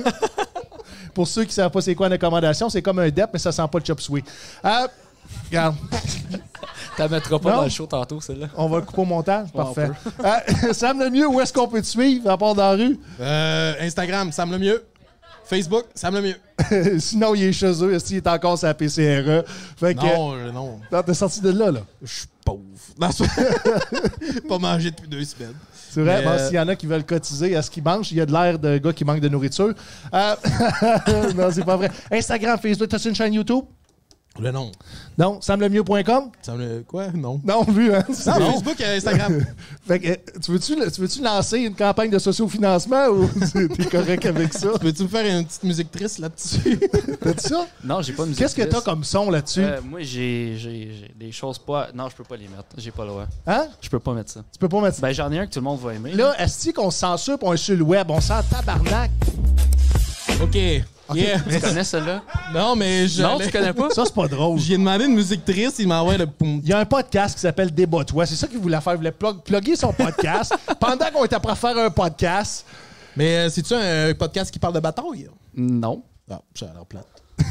Speaker 2: Pour ceux qui ne savent pas c'est quoi une accommodation, c'est comme un D E P, mais ça sent pas le chop suey. Ah, regarde,
Speaker 5: T'as mettras pas
Speaker 2: Non.
Speaker 5: dans le show tantôt, celle-là.
Speaker 2: on va le couper au montage.
Speaker 5: Ouais,
Speaker 2: Parfait.
Speaker 5: on
Speaker 2: Ah, Sam le mieux, où est-ce qu'on peut te suivre, à part dans la rue?
Speaker 6: Euh, Instagram, Sam le mieux. Facebook, Sam le mieux.
Speaker 2: Sinon, il est chez eux. Est-ce qu'il est encore sur la P C R E? Fait que,
Speaker 6: Non, euh, non.
Speaker 2: non, t'es sorti de là, là.
Speaker 6: Je suis pauvre. Non, c'est- pas mangé depuis deux semaines.
Speaker 2: C'est vrai,
Speaker 6: Mais,
Speaker 2: bon,
Speaker 6: euh,
Speaker 2: s'il y en a qui veulent cotiser à ce qu'ils mangent, il y a de l'air de gars qui manquent de nourriture. Euh, non, c'est pas vrai. Instagram, Facebook, t'as-tu une chaîne YouTube?
Speaker 6: Le nom.
Speaker 2: Non, samlemieux point com?
Speaker 6: Sam le... Quoi? Non.
Speaker 2: Non, vu, hein?
Speaker 6: Non, Facebook et Instagram.
Speaker 2: Fait que, euh, tu veux-tu, tu veux-tu lancer une campagne de sociofinancement ou t'es correct avec ça?
Speaker 6: Peux-tu me faire une petite musique triste là-dessus?
Speaker 2: T'as-tu ça?
Speaker 5: Non, j'ai pas de musique.
Speaker 2: Qu'est-ce que t'as
Speaker 5: triste.
Speaker 2: comme son là-dessus?
Speaker 5: Euh, moi, j'ai, j'ai, j'ai des choses pas. Non, je peux pas les mettre. J'ai pas le droit.
Speaker 2: Hein?
Speaker 5: Je peux pas mettre ça.
Speaker 2: Tu peux pas mettre ça.
Speaker 5: Ben, j'en ai un que tout le monde va aimer.
Speaker 2: Là, est-ce qu'on se censure pis on est sur le web? On sent tabarnak.
Speaker 6: OK. Yeah.
Speaker 5: Tu connais celle-là?
Speaker 6: Non, mais je.
Speaker 5: Non, tu connais pas?
Speaker 2: Ça, c'est pas drôle.
Speaker 6: J'ai demandé une musique triste, il m'envoie le poum.
Speaker 2: Il y a un podcast qui s'appelle Débat-toi. C'est ça qu'il voulait faire. Il voulait plug, plugger son podcast pendant qu'on était prêt à faire un podcast.
Speaker 6: Mais euh, c'est-tu un podcast qui parle de bataille?
Speaker 5: Non.
Speaker 6: Ah, ça a l'air plate.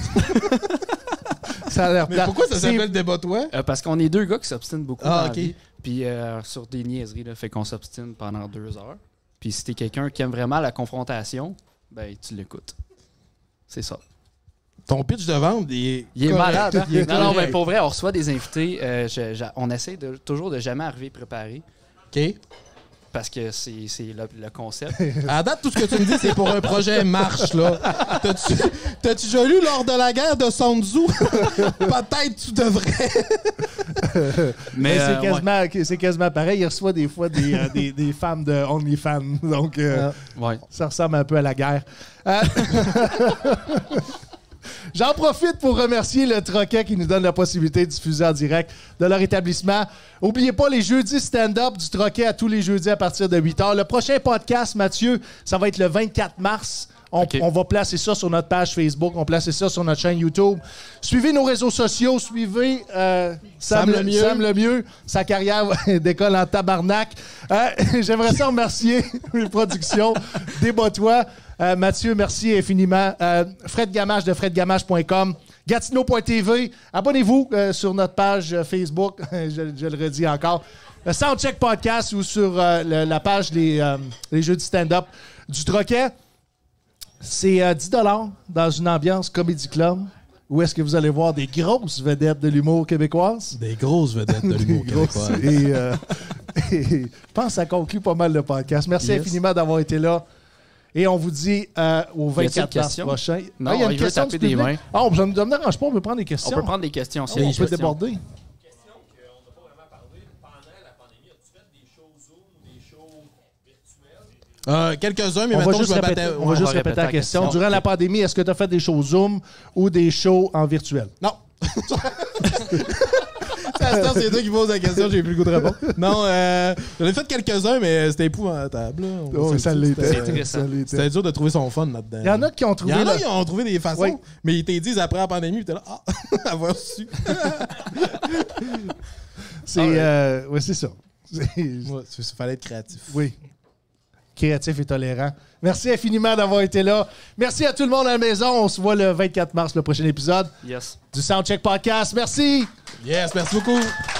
Speaker 2: Ça a l'air
Speaker 6: Mais
Speaker 2: plate.
Speaker 6: pourquoi ça
Speaker 2: C'est-
Speaker 6: s'appelle Débat-toi?
Speaker 5: Euh, parce qu'on est deux gars qui s'obstinent beaucoup
Speaker 6: Ah,
Speaker 5: dans
Speaker 6: ok.
Speaker 5: la vie. Puis euh, sur des niaiseries, là, fait qu'on s'obstine pendant deux heures. Puis si t'es quelqu'un qui aime vraiment la confrontation, ben tu l'écoutes. C'est ça.
Speaker 6: Ton pitch de vente, il est.
Speaker 5: Il est
Speaker 6: correct.
Speaker 5: malade. Hein?
Speaker 6: Il est
Speaker 5: non, non,
Speaker 6: correct.
Speaker 5: ben, pour vrai, on reçoit des invités. euh, je- je- on essaie de, toujours de jamais arriver préparé.
Speaker 6: OK.
Speaker 5: parce que c'est c'est le, le concept.
Speaker 6: À date, tout ce que tu me dis, c'est pour un projet marche, là. T'as-tu, t'as-tu déjà lu Lors de la guerre de Sun Tzu? Peut-être tu devrais.
Speaker 5: Mais
Speaker 2: Mais
Speaker 5: euh,
Speaker 2: c'est, quasiment, c'est quasiment pareil. Il reçoit des fois des, euh, des, des femmes de OnlyFans. Donc, euh,
Speaker 5: ouais. Ouais.
Speaker 2: ça ressemble un peu à la guerre. Euh, J'en profite pour remercier le Troquet qui nous donne la possibilité de diffuser en direct de leur établissement. N'oubliez pas les jeudis stand-up du Troquet à tous les jeudis à partir de huit heures. Le prochain podcast, Mathieu, ça va être le vingt-quatre mars. On,
Speaker 5: Okay.
Speaker 2: on va placer ça sur notre page Facebook, on va placer ça sur notre chaîne YouTube. Suivez nos réseaux sociaux, suivez euh, Sam,
Speaker 6: Sam
Speaker 2: le,
Speaker 6: Lemieux.
Speaker 2: Sam Lemieux. Sa carrière décolle en tabarnak. Euh, j'aimerais ça remercier les productions Débat-toi. Euh, Mathieu, merci infiniment. Euh, Fred Gamache de fred gamache point com, gatineau point t v. Abonnez-vous euh, sur notre page euh, Facebook, je, je le redis encore. Le Soundcheck Podcast ou sur euh, le- la page Les, euh, les Jeux du stand-up du Troquet. C'est euh, dix dollars dans une ambiance comédie club où est-ce que vous allez voir des grosses vedettes de l'humour québécoise.
Speaker 6: Des grosses vedettes de l'humour
Speaker 2: Des grosses-
Speaker 6: québécois.
Speaker 2: Et, euh, et je pense que ça conclut pas mal le podcast. Merci
Speaker 5: Yes.
Speaker 2: infiniment d'avoir été là. Et on vous dit euh, au
Speaker 5: Y a-t-il
Speaker 2: vingt-quatre
Speaker 5: une
Speaker 2: mars
Speaker 5: question?
Speaker 2: prochain.
Speaker 5: Non,
Speaker 2: Ah, il y a une
Speaker 5: il veut
Speaker 2: question
Speaker 5: taper
Speaker 2: du
Speaker 5: des
Speaker 2: public?
Speaker 5: mains.
Speaker 2: Ah, ça ne me dérange pas, on peut prendre des
Speaker 5: On
Speaker 2: questions.
Speaker 5: peut prendre des questions. s'il y a
Speaker 2: on
Speaker 5: des
Speaker 2: peut
Speaker 5: questions.
Speaker 2: déborder.
Speaker 6: Euh, quelques-uns, mais
Speaker 2: On va
Speaker 6: mettons,
Speaker 2: juste
Speaker 6: je me
Speaker 2: répéter,
Speaker 6: battais-
Speaker 2: on va
Speaker 6: ouais.
Speaker 2: juste
Speaker 5: va
Speaker 2: répéter
Speaker 5: répéter
Speaker 2: la
Speaker 5: la
Speaker 2: question.
Speaker 5: question.
Speaker 2: Durant
Speaker 6: Ok.
Speaker 2: la pandémie, est-ce que tu as fait des shows Zoom ou des shows en virtuel?
Speaker 6: Non. À ce temps, c'est toi qui poses la question, j'ai plus le goût de répondre. Non, euh, j'en ai fait quelques-uns, mais c'était épouvantable. là. On
Speaker 2: Oh,
Speaker 6: va se
Speaker 2: ça
Speaker 6: le dire,
Speaker 2: l'était.
Speaker 6: c'était-
Speaker 5: C'est triste,
Speaker 2: Ça
Speaker 5: hein.
Speaker 2: l'était.
Speaker 6: C'était dur de trouver son fun là-dedans.
Speaker 2: Il y en a qui ont
Speaker 6: Il y
Speaker 2: trouvé...
Speaker 6: en a
Speaker 2: le-
Speaker 6: qui ont trouvé des façons,
Speaker 2: Oui.
Speaker 6: mais ils t'ont dit après la pandémie, ils étaient là, ah, avoir su.
Speaker 2: C'est,
Speaker 6: Ah ouais.
Speaker 2: euh, ouais, c'est ça. C'est-
Speaker 6: Ouais, il fallait être créatif.
Speaker 2: Oui. Créatif et tolérant. Merci infiniment d'avoir été là. Merci à tout le monde à la maison. On se voit le vingt-quatre mars, le prochain épisode
Speaker 5: Yes.
Speaker 2: du Soundcheck Podcast. Merci!
Speaker 6: Yes, merci beaucoup.